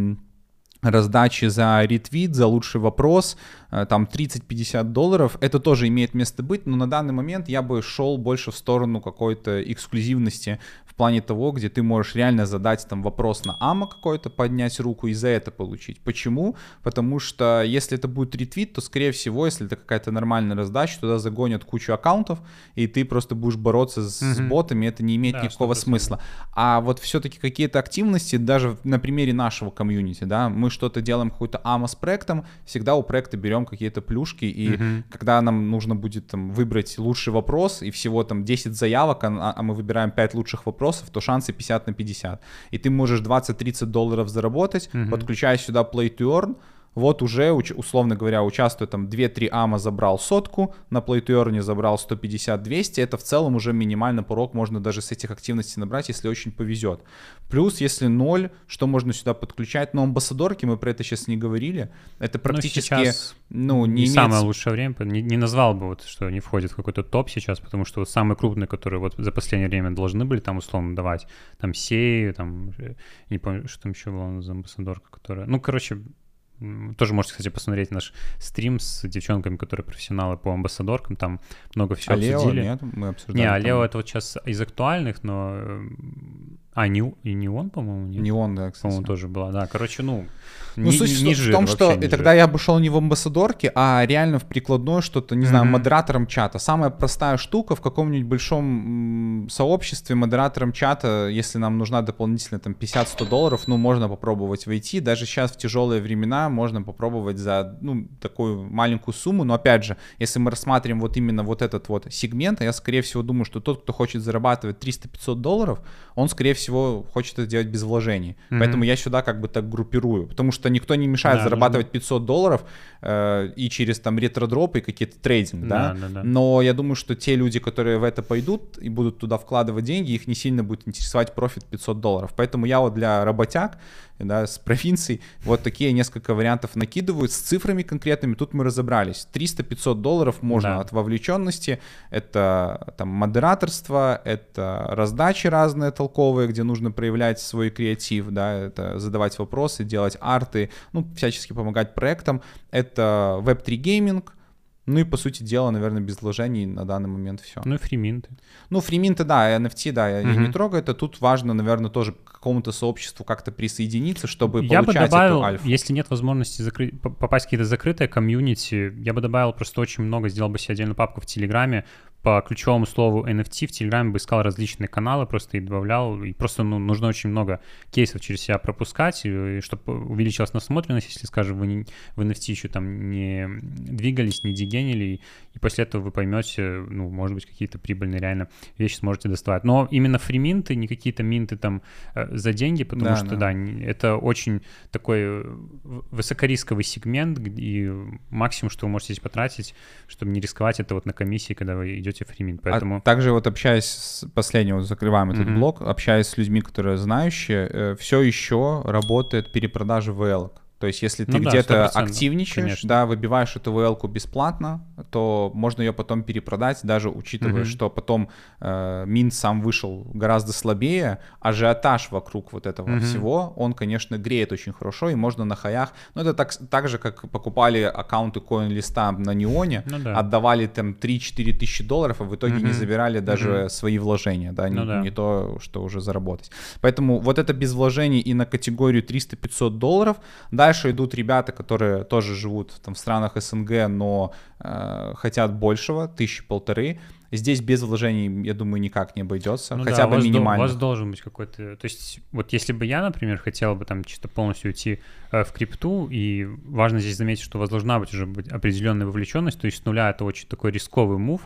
раздачи за ретвит, за лучший вопрос, там $30-50, это тоже имеет место быть, но на данный момент я бы шел больше в сторону какой-то эксклюзивности в плане того, где ты можешь реально задать там вопрос на АМА какой-то, поднять руку и за это получить. Почему? Потому что если это будет ретвит, то скорее всего, если это какая-то нормальная раздача, туда загонят кучу аккаунтов, и ты просто будешь бороться с ботами, это не имеет никакого 100%. Смысла. А вот все-таки какие-то активности, даже на примере нашего комьюнити, да, мы что-то делаем какой-то АМА с проектом, всегда у проекта берем какие-то плюшки, и когда нам нужно будет там выбрать лучший вопрос, и всего там 10 заявок, а мы выбираем 5 лучших вопросов, то шансы 50/50. И ты можешь $20-30 заработать, подключая сюда Play to Earn, вот уже, условно говоря, участвуя там 2-3 АМА забрал 100, на Play to Earn забрал 150-200, это в целом уже минимально порог можно даже с этих активностей набрать, если очень повезет. Плюс, если 0, что можно сюда подключать? Но амбассадорки, мы про это сейчас не говорили, это практически, не имеет... самое лучшее время, не назвал бы вот, что не входит в какой-то топ сейчас, потому что вот самые крупные, которые вот за последнее время должны были там условно давать, там Сей, там, не помню, что там еще было за амбассадорка, которая, ну, короче... Тоже можете, кстати, посмотреть наш стрим с девчонками, которые профессионалы по амбассадоркам, там много всего обсудили. Нет, мы обсуждали. Не, Алео это вот сейчас из актуальных, но... Неон, по-моему, нет? Неон, да, кстати. По-моему, тоже была, да. Короче, суть в том, что и тогда я бы шел не в амбассадорке, а реально в прикладное что-то, не знаю, модератором чата. Самая простая штука в каком-нибудь большом сообществе модератором чата, если нам нужна дополнительно там $50-100, ну, можно попробовать войти. Даже сейчас в тяжелые времена можно попробовать за, ну, такую маленькую сумму. Но опять же, если мы рассматриваем вот именно вот этот вот сегмент, я, скорее всего, думаю, что тот, кто хочет зарабатывать $300-500, он, скорее всего, хочет это делать без вложений. Поэтому я сюда как бы так группирую. Потому что никто не мешает зарабатывать $500 и через там ретродропы и какие-то трейдинг, да? Но я думаю, что те люди, которые в это пойдут и будут туда вкладывать деньги, их не сильно будет интересовать профит $500. Поэтому я вот для работяг, да, с провинций вот такие несколько вариантов накидываю с цифрами конкретными. Тут мы разобрались. $300-500 можно от вовлеченности. Это там модераторство, это раздачи разные толковые, где нужно проявлять свой креатив, да, это задавать вопросы, делать арты, ну, всячески помогать проектам. Это Web3 Gaming. Ну и, по сути дела, наверное, без вложений на данный момент все. Ну и фриминты. Ну, фриминты, да, NFT, да, я не трогаю это. Тут важно, наверное, тоже к какому-то сообществу как-то присоединиться, чтобы я получать бы добавил, эту альфу. Если нет возможности попасть в какие-то закрытые комьюнити, я бы добавил просто очень много, сделал бы себе отдельную папку в Телеграме по ключевому слову NFT в Телеграме бы искал различные каналы просто и добавлял, и просто нужно очень много кейсов через себя пропускать, и чтобы увеличилась насмотренность, если, скажем, вы в NFT еще там не двигались, не дегенили, и после этого вы поймете, может быть, какие-то прибыльные реально вещи сможете доставать. Но именно фриминты, не какие-то минты там за деньги, потому что, это очень такой высокорисковый сегмент, и максимум, что вы можете здесь потратить, чтобы не рисковать, это вот на комиссии, когда вы идете фриминт, поэтому... также вот общаясь с последним, закрываем этот блок, общаясь с людьми, которые знающие, все еще работает перепродажа VL-ок. То есть если ты где-то активничаешь, конечно. Выбиваешь эту VL-ку бесплатно, то можно ее потом перепродать, даже учитывая, что потом минт сам вышел гораздо слабее, ажиотаж вокруг вот этого всего, он, конечно, греет очень хорошо, и можно на хаях, это так же, как покупали аккаунты CoinList'а на Неоне, отдавали там 3-4 тысячи долларов, а в итоге не забирали даже свои вложения, не то, что уже заработать. Поэтому вот это без вложений и на категорию 300-500 долларов, дальше идут ребята, которые тоже живут там в странах СНГ, но хотят большего, 1000-1500. Здесь без вложений, я думаю, никак не обойдется, хотя бы минимально. У вас должен быть какой-то... То есть вот если бы я, например, хотел бы там чисто полностью уйти в крипту, и важно здесь заметить, что у вас должна быть уже определенная вовлеченность, то есть с нуля это очень такой рисковый мув.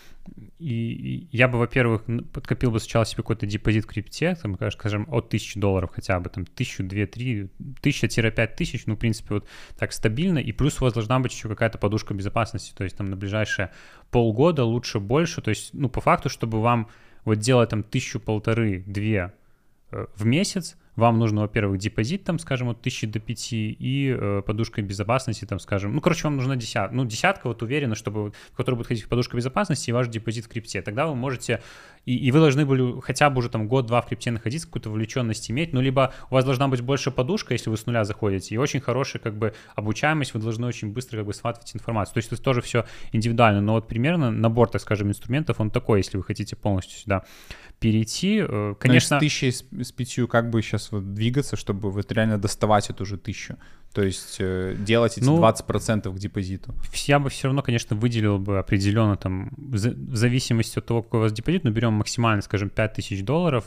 И я бы, во-первых, подкопил бы сначала себе какой-то депозит в крипте, там, скажем, от $1000 хотя бы, там, 1000, 2, 3, 1000-5000, в принципе, вот так стабильно, и плюс у вас должна быть еще какая-то подушка безопасности, то есть там на ближайшие полгода, лучше больше, то есть, по факту, чтобы вам вот делать там 1000-1500-2 в месяц, вам нужно, во-первых, депозит, там, скажем, от 1000 до 5 и подушка безопасности, там, скажем, вам нужна десятка, вот уверенно, в которой будет ходить подушка безопасности и ваш депозит в крипте. Тогда вы можете, и вы должны были хотя бы уже там год-два в крипте находиться, какую-то вовлеченность иметь, либо у вас должна быть больше подушка, если вы с нуля заходите, и очень хорошая, обучаемость, вы должны очень быстро, схватывать информацию. То есть тут тоже все индивидуально, но вот примерно набор, так скажем, инструментов, он такой, если вы хотите полностью сюда перейти, конечно... Но с 1000 с 5 как бы сейчас двигаться, чтобы вот реально доставать эту же 1000? То есть делать эти 20% к депозиту? Я бы все равно, конечно, выделил бы определенно там, в зависимости от того, какой у вас депозит, но берем максимально, скажем, $5000,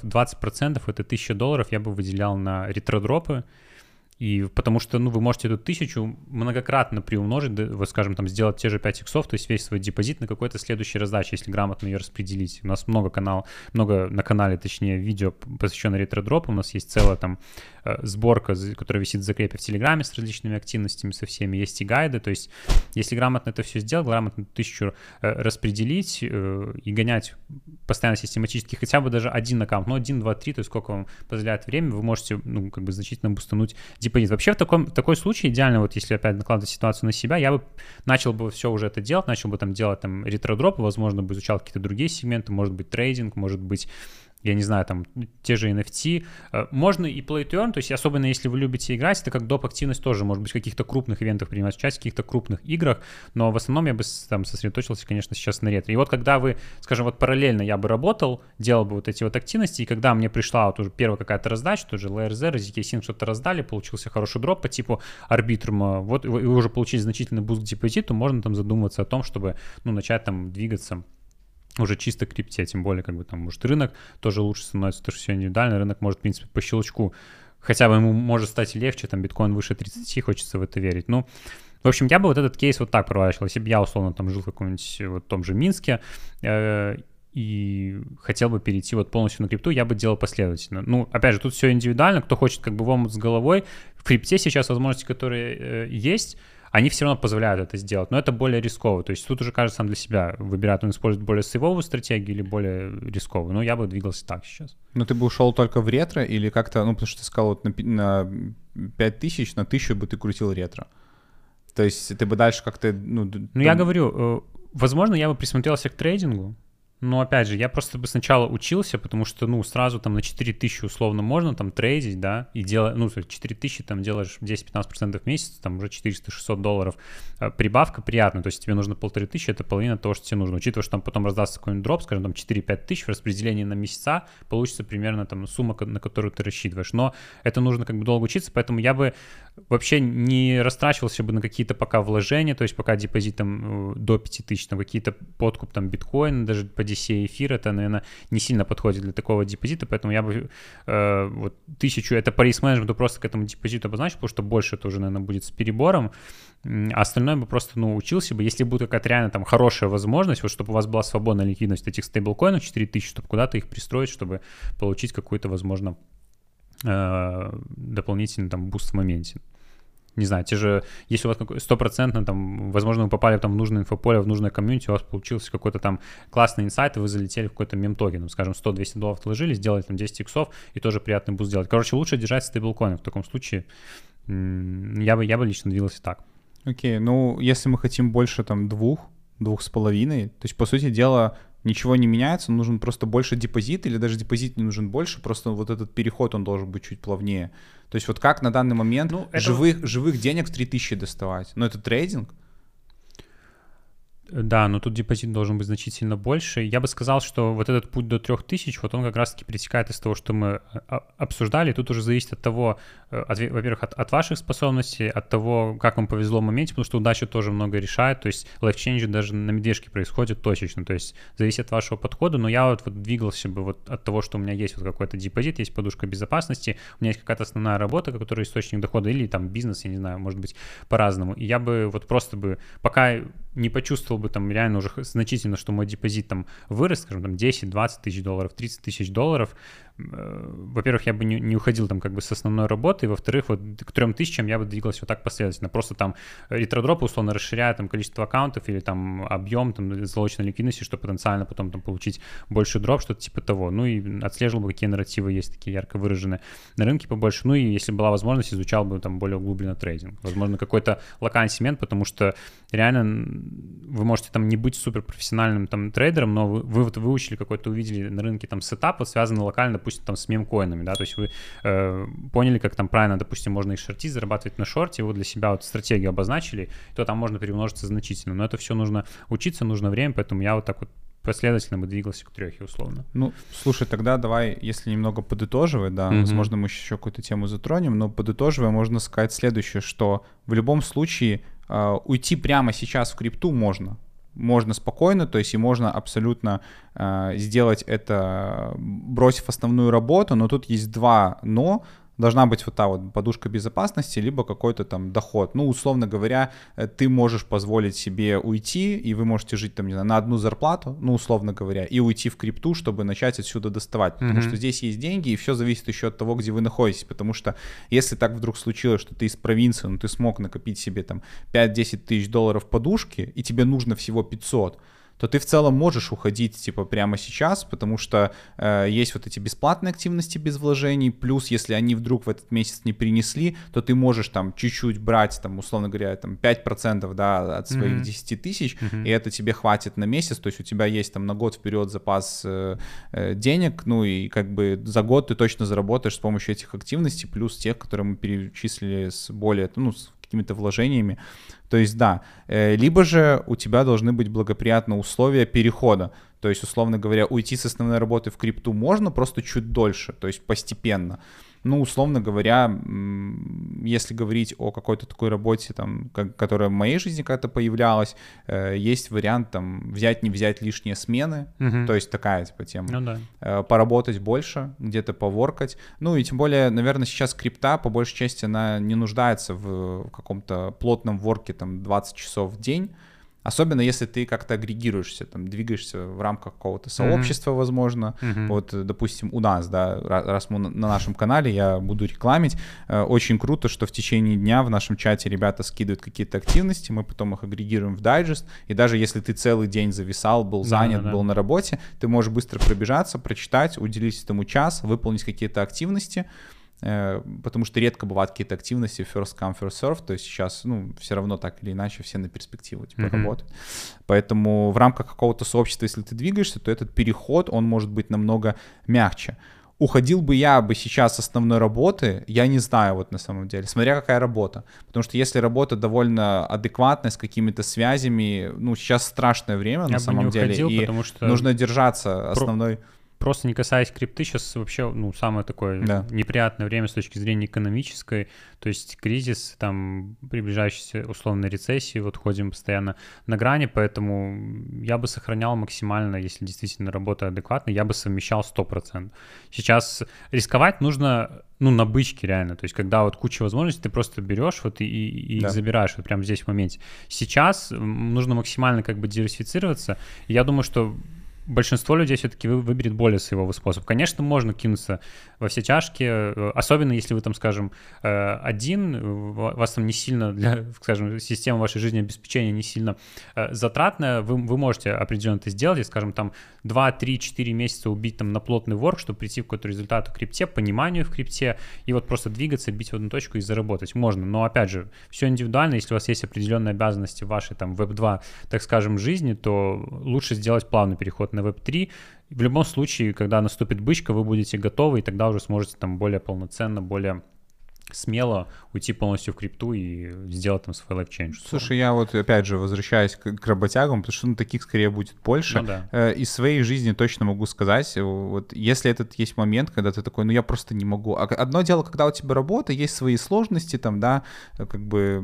20% это $1000 я бы выделял на ретродропы, и потому что, вы можете эту 1000 многократно приумножить, вот, скажем, там, сделать те же 5 иксов, то есть весь свой депозит на какой-то следующей раздаче, если грамотно ее распределить. У нас много на канале, точнее, видео, посвященное ретродропу, у нас есть целая там сборка, которая висит в закрепе в Телеграме с различными активностями, со всеми, есть и гайды, то есть если грамотно это все сделать, грамотно 1000 распределить и гонять постоянно систематически хотя бы даже один аккаунт, 1, 2, 3, то есть сколько вам позволяет время, вы можете, значительно бустануть депозит. Вообще в такой случай идеально, вот если опять накладывать ситуацию на себя, я бы начал бы все уже это делать, начал бы там делать там ретродропы, возможно, бы изучал какие-то другие сегменты, может быть трейдинг, может быть, я не знаю, там, те же NFT. Можно и play to earn, то есть особенно если вы любите играть, это как доп. Активность тоже, может быть, в каких-то крупных ивентах принимать участие, в каких-то крупных играх, но в основном я бы там сосредоточился, конечно, сейчас на ретро. И вот когда вы, скажем, вот параллельно я бы работал, делал бы вот эти вот активности, и когда мне пришла вот уже первая какая-то раздача, тоже LRZ, ZK-Sync что-то раздали, получился хороший дроп по типу Arbitrum, вот вы уже получили значительный буст к депозиту, можно там задумываться о том, чтобы, начать там двигаться уже чисто к крипте, тем более, там, может, рынок тоже лучше становится, потому что все индивидуально, рынок может, в принципе, по щелчку, хотя бы ему может стать легче, там, биткоин выше 30, хочется в это верить, в общем, я бы вот этот кейс вот так проворачивал, если бы я, условно, там, жил в каком-нибудь вот том же Минске, и хотел бы перейти вот полностью на крипту, я бы делал последовательно. Опять же, тут все индивидуально, кто хочет в омут с головой, в крипте сейчас возможности, которые есть, они все равно позволяют это сделать, но это более рисково. То есть тут уже каждый сам для себя выбирает, он использует более сейвовую стратегию или более рисковую. Но я бы двигался так сейчас. Ты бы ушел только в ретро или как-то, потому что ты сказал, вот на 5000, на 1000 бы ты крутил ретро. То есть ты бы дальше как-то... я говорю, возможно, я бы присмотрелся к трейдингу, но, опять же, я просто бы сначала учился, потому что, сразу там на 4000 условно можно там трейдить, да, и делать, 4000 там делаешь 10-15% в месяц, там уже $400-600 прибавка приятная, то есть тебе нужно 1500, это половина того, что тебе нужно, учитывая, что там потом раздастся какой-нибудь дроп, скажем, там 4-5 тысяч в распределении на месяца, получится примерно там сумма, на которую ты рассчитываешь, но это нужно долго учиться, поэтому я бы вообще не растрачивался бы на какие-то пока вложения, то есть пока депозит там до 5000, там какие-то подкуп там биткоина, даже по DCA эфир, это, наверное, не сильно подходит для такого депозита, поэтому я бы вот 1000, это по риск-менеджменту просто к этому депозиту обозначил, потому что больше это уже, наверное, будет с перебором, а остальное бы просто, учился бы, если будет какая-то реально там хорошая возможность, вот чтобы у вас была свободная ликвидность этих стейблкоинов 4000, чтобы куда-то их пристроить, чтобы получить какую-то, возможно, дополнительный там буст в моменте. Не знаю, те же, если у вас стопроцентно там, возможно, вы попали там в нужное инфополе, в нужное комьюнити, у вас получился какой-то там классный инсайт, и вы залетели в какой-то мем-токен, скажем, $100-200 вложили, сделали там 10 иксов, и тоже приятный буст сделать. Короче, лучше держать стейблкоины. В таком случае я бы лично двигался так. Окей, если мы хотим больше там 2-2,5, то есть, по сути дела, ничего не меняется, нужен просто больше депозит, или даже депозит не нужен больше, просто вот этот переход, он должен быть чуть плавнее. То есть вот как на данный момент живых денег в 3000 доставать? Это трейдинг? Да, но тут депозит должен быть значительно больше. Я бы сказал, что вот этот путь до 3000, вот он как раз-таки перетекает из того, что мы обсуждали. Тут уже зависит от того, во-первых, от ваших способностей, от того, как вам повезло в моменте, потому что удача тоже много решает. То есть лайфчейнджи даже на медвежке происходит точечно. То есть зависит от вашего подхода, но я вот двигался бы вот от того, что у меня есть вот какой-то депозит, есть подушка безопасности, у меня есть какая-то основная работа, которая источник дохода, или там бизнес, я не знаю, может быть, по-разному. И я бы вот просто бы, пока не почувствовал бы там реально уже значительно, что мой депозит там вырос, скажем, там 10-20 тысяч долларов, 30 тысяч долларов, во-первых, я бы не уходил там как бы с основной работы, и во-вторых, вот к 3000 я бы двигался вот так последовательно. Просто там ретродропы условно расширяют там количество аккаунтов или там объем там залоченной ликвидности, чтобы потенциально потом там получить больше дроп, что-то типа того. И отслеживал бы, какие нарративы есть такие ярко выраженные на рынке побольше. И если была возможность, изучал бы там более углубленно трейдинг. Возможно, какой-то локальный сегмент, потому что реально вы можете там не быть суперпрофессиональным там трейдером, но вы вот выучили какой-то, увидели на рынке там сетап, вот связанный локально, допустим, там с мемкоинами, да, то есть вы поняли, как там правильно, допустим, можно их шортить, зарабатывать на шорте, вы для себя вот стратегию обозначили, то там можно перемножиться значительно, но это все нужно учиться, нужно время, поэтому я вот так вот последовательно бы двигался к 3 условно. Слушай, тогда давай, если немного подытоживать, да, возможно, мы еще какую-то тему затронем, но подытоживая, можно сказать следующее, что в любом случае уйти прямо сейчас в крипту можно спокойно, то есть и можно абсолютно сделать это, бросив основную работу, но тут есть два «но». Должна быть вот та вот подушка безопасности, либо какой-то там доход. Условно говоря, ты можешь позволить себе уйти, и вы можете жить там, не знаю, на одну зарплату, условно говоря, и уйти в крипту, чтобы начать отсюда доставать. Потому что здесь есть деньги, и все зависит еще от того, где вы находитесь. Потому что если так вдруг случилось, что ты из провинции, но ты смог накопить себе там 5-10 тысяч долларов подушки, и тебе нужно всего 500, то ты в целом можешь уходить типа прямо сейчас, потому что есть вот эти бесплатные активности без вложений, плюс если они вдруг в этот месяц не принесли, то ты можешь там чуть-чуть брать, там, условно говоря, там 5%, да, от своих 10 тысяч, и это тебе хватит на месяц, то есть у тебя есть там на год вперед запас денег, и как бы за год ты точно заработаешь с помощью этих активностей, плюс тех, которые мы перечислили с более, с какими-то вложениями. То есть да, либо же у тебя должны быть благоприятные условия перехода. То есть, условно говоря, уйти с основной работы в крипту можно, просто чуть дольше, то есть постепенно. Условно говоря, если говорить о какой-то такой работе, там, которая в моей жизни когда-то появлялась, есть вариант там взять, не взять лишние смены, то есть такая типа тема. Поработать больше, где-то поворкать. И тем более, наверное, сейчас крипта, по большей части, она не нуждается в каком-то плотном ворке там 20 часов в день. Особенно если ты как-то агрегируешься, там, двигаешься в рамках какого-то сообщества, возможно. Вот, допустим, у нас, да, раз мы на нашем канале, я буду рекламить, очень круто, что в течение дня в нашем чате ребята скидывают какие-то активности, мы потом их агрегируем в дайджест, и даже если ты целый день зависал, был занят, был на работе, ты можешь быстро пробежаться, прочитать, уделить этому час, выполнить какие-то активности, потому что редко бывают какие-то активности first come, first serve, то есть сейчас, все равно так или иначе все на перспективу работают. Поэтому в рамках какого-то сообщества, если ты двигаешься, то этот переход, он может быть намного мягче. Уходил бы я сейчас с основной работы, я не знаю вот на самом деле, смотря какая работа. Потому что если работа довольно адекватная, с какими-то связями, сейчас страшное время на самом деле, и нужно держаться основной... просто не касаясь крипты, сейчас вообще, ну, самое такое неприятное время с точки зрения экономической, то есть кризис, там, приближающийся условной рецессии, вот ходим постоянно на грани, поэтому я бы сохранял максимально, если действительно работа адекватная, я бы совмещал 100%. Сейчас рисковать нужно, ну, на бычке реально, то есть когда вот куча возможностей, ты просто берешь вот и их забираешь вот прямо здесь в моменте. Сейчас нужно максимально как бы диверсифицироваться, и я думаю, что большинство людей все-таки выберет более своего способ. Конечно, можно кинуться во все тяжкие, особенно если вы там, скажем, один, вас там не сильно, скажем, система вашей жизнеобеспечения не сильно затратная, вы можете определенно это сделать, и, скажем, там 2, 3, 4 месяца убить там на плотный ворк, чтобы прийти к какой-то результату в крипте, пониманию в крипте, и вот просто двигаться, бить в одну точку и заработать. Можно, но, опять же, все индивидуально, если у вас есть определенные обязанности в вашей там Web2, так скажем, жизни, то лучше сделать плавный переход на Web3. В любом случае, когда наступит бычка, вы будете готовы, и тогда уже сможете там более полноценно, более смело уйти полностью в крипту и сделать там свой life change. Слушай, я вот опять же возвращаюсь к работягам, потому что ну, таких скорее будет больше. Ну, да. Из своей жизни точно могу сказать, вот если этот есть момент, когда ты такой, ну я просто не могу. Одно дело, когда у тебя работа, есть свои сложности там, да, как бы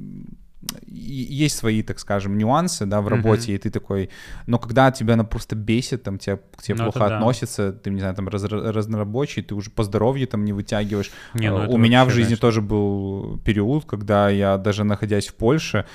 есть свои, так скажем, нюансы, да, в работе, и ты такой, но когда тебя она просто бесит, там, к тебе плохо относятся, ты, не знаю, там, разнорабочий, ты уже по здоровью там не вытягиваешь. У меня в жизни тоже был период, когда я даже находясь в Польше,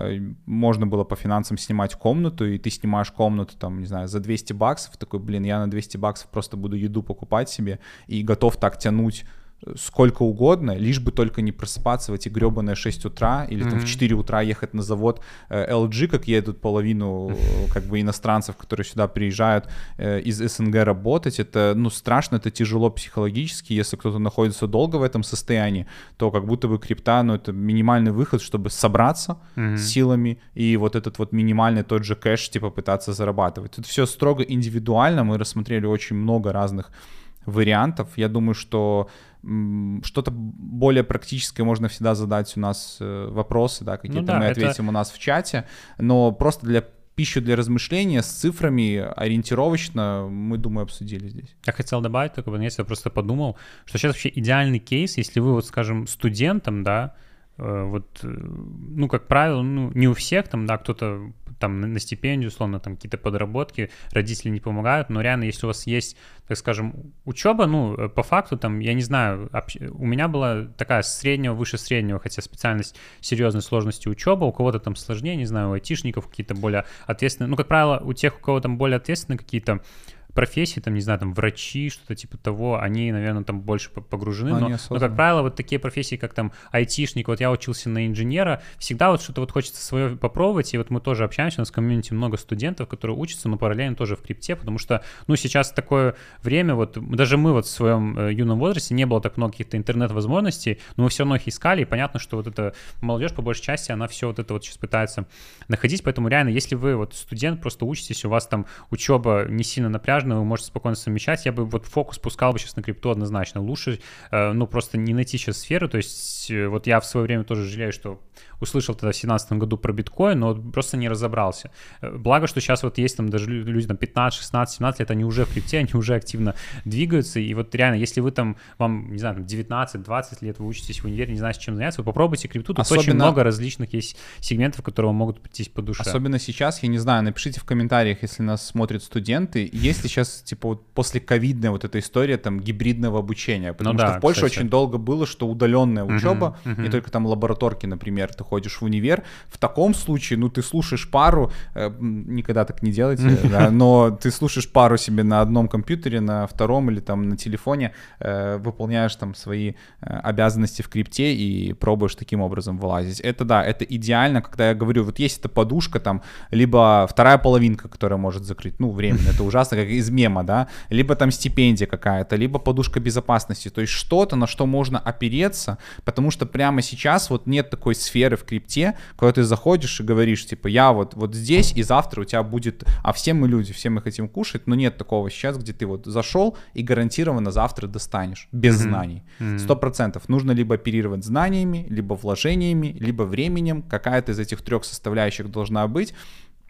можно было по финансам снимать комнату, и ты снимаешь комнату, там, не знаю, за $200, такой, блин, я на $200 просто буду еду покупать себе и готов так тянуть сколько угодно, лишь бы только не просыпаться в эти гребаные 6 утра или там в 4 утра ехать на завод LG, как едут половину как бы иностранцев, которые сюда приезжают из СНГ работать. Это, ну, страшно, это тяжело психологически. Если кто-то находится долго в этом состоянии, то как будто бы крипта, ну, это минимальный выход, чтобы собраться с силами и вот этот вот минимальный тот же кэш, типа, пытаться зарабатывать. Тут все строго индивидуально, мы рассмотрели очень много разных вариантов. Я думаю, что что-то более практическое можно всегда задать у нас вопросы, да, какие-то мы ответим у нас в чате, но просто пищу для размышления с цифрами ориентировочно мы, думаю, обсудили здесь. Я хотел добавить, только я просто подумал, что сейчас вообще идеальный кейс, если вы, вот, скажем, студентом, да, вот, ну, как правило, ну, не у всех там, да, кто-то там на стипендию, условно, там какие-то подработки, родители не помогают, но реально, если у вас есть, так скажем, учеба, ну, по факту, там, я не знаю, у меня была такая среднего, выше среднего, хотя специальность серьезной сложности учеба, у кого-то там сложнее, не знаю, у айтишников какие-то более ответственные, ну, как правило, у тех, у кого там более ответственные какие-то профессии, там, не знаю, там, врачи, что-то типа того, они, наверное, там больше погружены, но, как правило, вот такие профессии, как там айтишник, вот я учился на инженера, всегда вот что-то вот хочется свое попробовать, и вот мы тоже общаемся, у нас в комьюнити много студентов, которые учатся, но параллельно тоже в крипте, потому что, ну, сейчас такое время, вот, даже мы вот в своем юном возрасте, не было так много каких-то интернет-возможностей, но мы все равно их искали, и понятно, что вот эта молодежь, по большей части, она все вот это вот сейчас пытается находить, поэтому реально, если вы вот студент, просто учитесь, у вас там учеба не сильно напряжена, вы можете спокойно совмещать, я бы вот фокус пускал бы сейчас на крипту однозначно. Лучше, ну, просто не найти сейчас сферу, то есть вот я в свое время тоже жалею, что услышал тогда в 2017 году про биткоин, но просто не разобрался. Благо, что сейчас вот есть там даже люди там 15, 16, 17 лет, они уже в крипте, они уже активно двигаются, и вот реально, если вы там, вам, не знаю, там 19-20 лет, вы учитесь в универе, не знаете, чем заняться, вы попробуйте крипту, тут очень много различных есть сегментов, которые могут прийтись по душе. Особенно сейчас, я не знаю, напишите в комментариях, если нас смотрят студенты, есть ли сейчас, типа, вот после ковидной вот эта история там гибридного обучения, потому что в Польше очень долго было, что удаленная учеба, не только там лабораторки, например, ты ходишь в универ, в таком случае, ну, ты слушаешь пару, никогда так не делайте, да, но ты слушаешь пару себе на одном компьютере, на втором или там на телефоне, выполняешь там свои обязанности в крипте и пробуешь таким образом вылазить. Это да, это идеально, когда я говорю, вот есть эта подушка там, либо вторая половинка, которая может закрыть, ну, временно, это ужасно, как из мема, да, либо там стипендия какая-то, либо подушка безопасности, то есть что-то, на что можно опереться, потому что прямо сейчас вот нет такой сферы в крипте, когда ты заходишь и говоришь, типа, я вот здесь, и завтра у тебя будет, а все мы люди, все мы хотим кушать, но нет такого сейчас, где ты вот зашел и гарантированно завтра достанешь, без знаний. 100%. Нужно либо оперировать знаниями, либо вложениями, либо временем, какая-то из этих трех составляющих должна быть.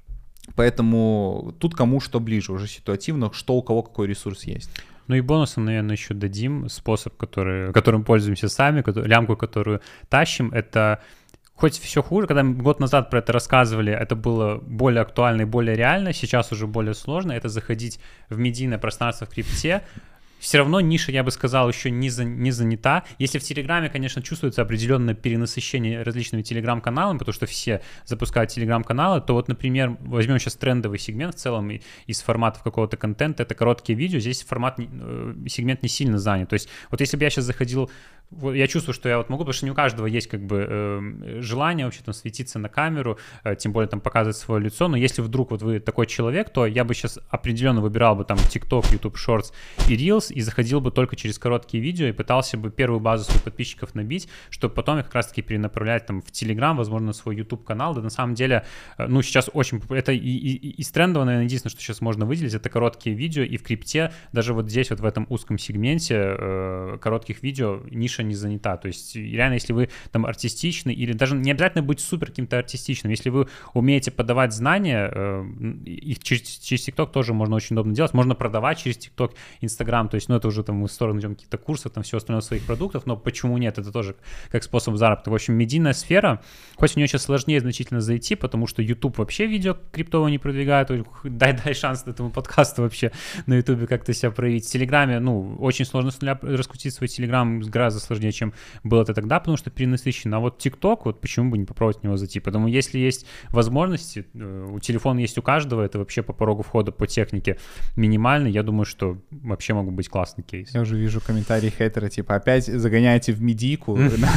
Поэтому тут кому что ближе, уже ситуативно, что у кого какой ресурс есть. Ну и бонусом, наверное, еще дадим способ, которым пользуемся сами, лямку, которую тащим, это хоть все хуже, когда мы год назад про это рассказывали, это было более актуально и более реально, сейчас уже более сложно, это заходить в медийное пространство в крипте. Все равно ниша, я бы сказал, еще не занята. Если в Телеграме, конечно, чувствуется определенное перенасыщение различными Телеграм-каналами, потому что все запускают Телеграм-каналы, то вот, например, возьмем сейчас трендовый сегмент в целом из форматов какого-то контента, это короткие видео, здесь сегмент не сильно занят. То есть вот если бы я сейчас заходил, я чувствую, что я вот могу, потому что не у каждого есть как бы желание вообще там светиться на камеру, тем более там показывать свое лицо, но если вдруг вот вы такой человек, то я бы сейчас определенно выбирал бы там TikTok, YouTube Shorts и Reels, и заходил бы только через короткие видео и пытался бы первую базу своих подписчиков набить, чтобы потом их как раз-таки перенаправлять там в Telegram, возможно, на свой YouTube канал. Да на самом деле, ну сейчас очень, это из трендов, наверное, единственное, что сейчас можно выделить, это короткие видео, и в крипте, даже вот здесь вот в этом узком сегменте коротких видео ниша не занята. То есть реально, если вы там артистичный, или даже не обязательно быть супер каким-то артистичным, если вы умеете подавать знания, их через TikTok тоже можно очень удобно делать, можно продавать через TikTok, Instagram, то есть, ну, это уже там мы в сторону идем каких-то курсов, там, все остальное своих продуктов, но почему нет, это тоже как способ заработка. В общем, медийная сфера, хоть в нее сейчас сложнее значительно зайти, потому что YouTube вообще видео криптовое не продвигает, дай шанс этому подкасту вообще на YouTube как-то себя проявить. В Телеграме, ну, очень сложно с нуля раскрутить свой Телеграм, гораздо сложнее, чем было это тогда, потому что перенасыщен. А вот TikTok, вот почему бы не попробовать в него зайти? Потому если есть возможности, у телефона есть у каждого, это вообще по порогу входа по технике минимальный, я думаю, что вообще могут быть классный кейс. Я уже вижу комментарии хейтера, типа, опять загоняете в медийку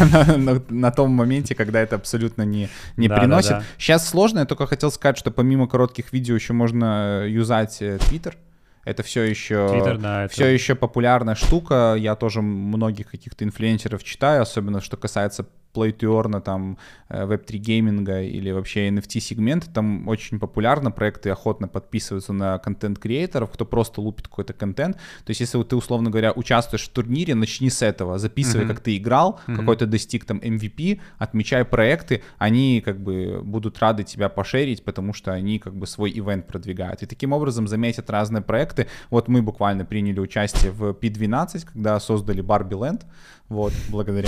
на том моменте, когда это абсолютно не приносит. Сейчас сложно, я только хотел сказать, что помимо коротких видео еще можно юзать Twitter. Это все еще, Twitter, да, все еще популярная штука. Я тоже многих каких-то инфлюенсеров читаю, особенно что касается play to earn, там, Web3 гейминга или вообще NFT-сегмента, там очень популярно, проекты охотно подписываются на контент-креаторов, кто просто лупит какой-то контент. То есть если вот ты, условно говоря, участвуешь в турнире, начни с этого, записывай, как ты играл, какой-то достиг там MVP, отмечай проекты, они как бы будут рады тебя пошерить, потому что они как бы свой ивент продвигают. И таким образом заметят разные проекты. Вот мы буквально приняли участие в P12, когда создали Barbie Land, вот, благодаря.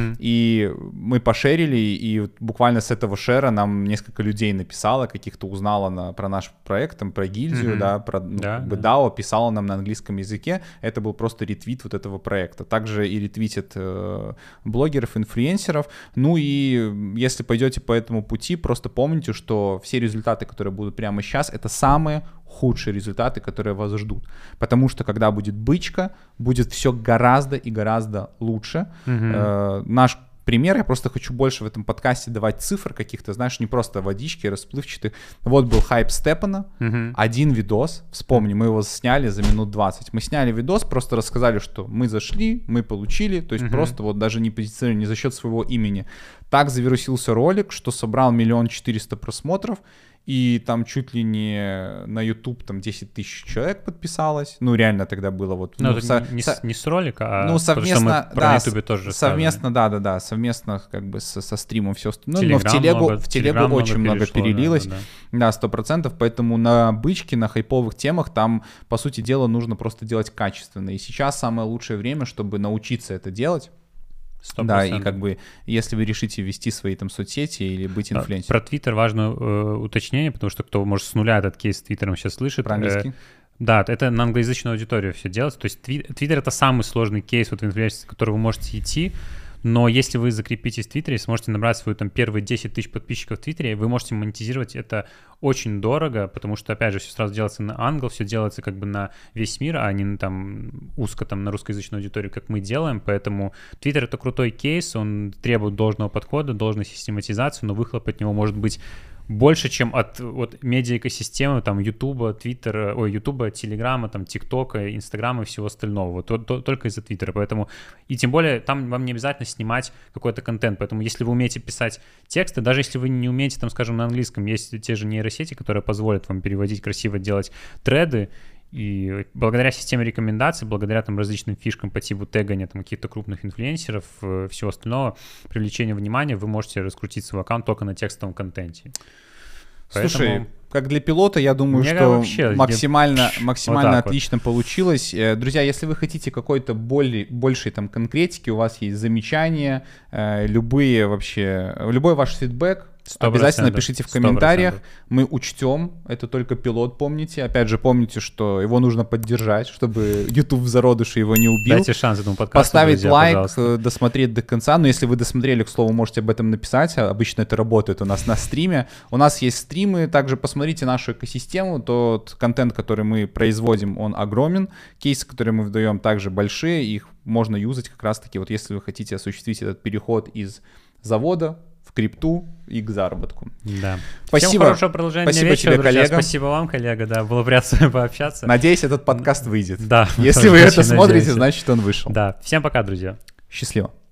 И мы пошерили, и буквально с этого шера нам несколько людей написало, каких-то узнало про наш проект, там, про гильдию, да, про DAO, писало нам на английском языке. Это был просто ретвит вот этого проекта. Также и ретвитят блогеров, инфлюенсеров. Ну и если пойдете по этому пути, просто помните, что все результаты, которые будут прямо сейчас, это самые худшие результаты, которые вас ждут. Потому что когда будет бычка, будет все гораздо и гораздо лучше. Наш пример, я просто хочу больше в этом подкасте давать цифр каких-то, знаешь, не просто водички расплывчатых. Вот был хайп Степана, один видос, вспомни, мы его сняли за минут 20. Мы сняли видос, просто рассказали, что мы зашли, мы получили, то есть просто вот даже не позиционировали, не за счет своего имени. Так завирусился ролик, что собрал 1 400 000 просмотров, и там чуть ли не на YouTube там 10 000 человек подписалось. Ну, реально тогда было вот... Ну, не с ролика, а совместно, про YouTube тоже совместно, да, совместно как бы со стримом все. Ну, но в телегу очень много перелилось. Да, 100%. Поэтому на бычке, на хайповых темах там, по сути дела, нужно просто делать качественно. И сейчас самое лучшее время, чтобы научиться это делать. 100%. Да, и как бы, если вы решите вести свои там соцсети или быть инфлюенсером. Про Twitter важное уточнение, потому что кто, может, с нуля этот кейс с Твиттером сейчас слышит. Про английский? Да, это на англоязычную аудиторию все делается. То есть Twitter — это самый сложный кейс вот в инфлюенсерстве, в который вы можете идти. Но если вы закрепитесь в Твиттере, сможете набрать свою там первые 10 000 подписчиков в Твиттере, вы можете монетизировать это очень дорого, потому что, опять же, все сразу делается на англ, все делается как бы на весь мир, а не там узко там на русскоязычную аудиторию, как мы делаем, поэтому Твиттер — это крутой кейс, он требует должного подхода, должной систематизации, но выхлоп от него может быть больше, чем от медиа-экосистемы, там, Ютуба, Твиттера, Ютуба, Телеграма, там, ТикТока, Инстаграма и всего остального. Вот только из-за Твиттера. Поэтому, и тем более, там вам не обязательно снимать какой-то контент. Поэтому, если вы умеете писать тексты, даже если вы не умеете, там, скажем, на английском, есть те же нейросети, которые позволят вам переводить красиво, делать треды, и благодаря системе рекомендаций, благодаря там различным фишкам по типу тегания там каких-то крупных инфлюенсеров, всего остального, привлечения внимания, вы можете раскрутить свой аккаунт только на текстовом контенте. Слушай, как для пилота, я думаю, что максимально отлично получилось. Друзья, если вы хотите какой-то большей там конкретики, у вас есть замечания, любой ваш фидбэк, 100%. Обязательно пишите в комментариях, 100%. Мы учтем, это только пилот, помните. Опять же, помните, что его нужно поддержать, чтобы YouTube в зародыше его не убил. Дайте шанс этому подкасту, поставить друзья, лайк, пожалуйста. Досмотреть до конца. Но если вы досмотрели, к слову, можете об этом написать. Обычно это работает у нас на стриме. У нас есть стримы, также посмотрите нашу экосистему. Тот контент, который мы производим, он огромен. Кейсы, которые мы выдаем, также большие. Их можно юзать как раз-таки, вот если вы хотите осуществить этот переход из завода в крипту и к заработку. Да. Спасибо. Всем хорошего продолжения Спасибо вечера, тебе, друзья. коллега. Спасибо вам, коллега, да, было приятно с вами пообщаться. Надеюсь, этот подкаст выйдет. Да. Если вы это смотрите, значит он вышел. Да. Всем пока, друзья. Счастливо.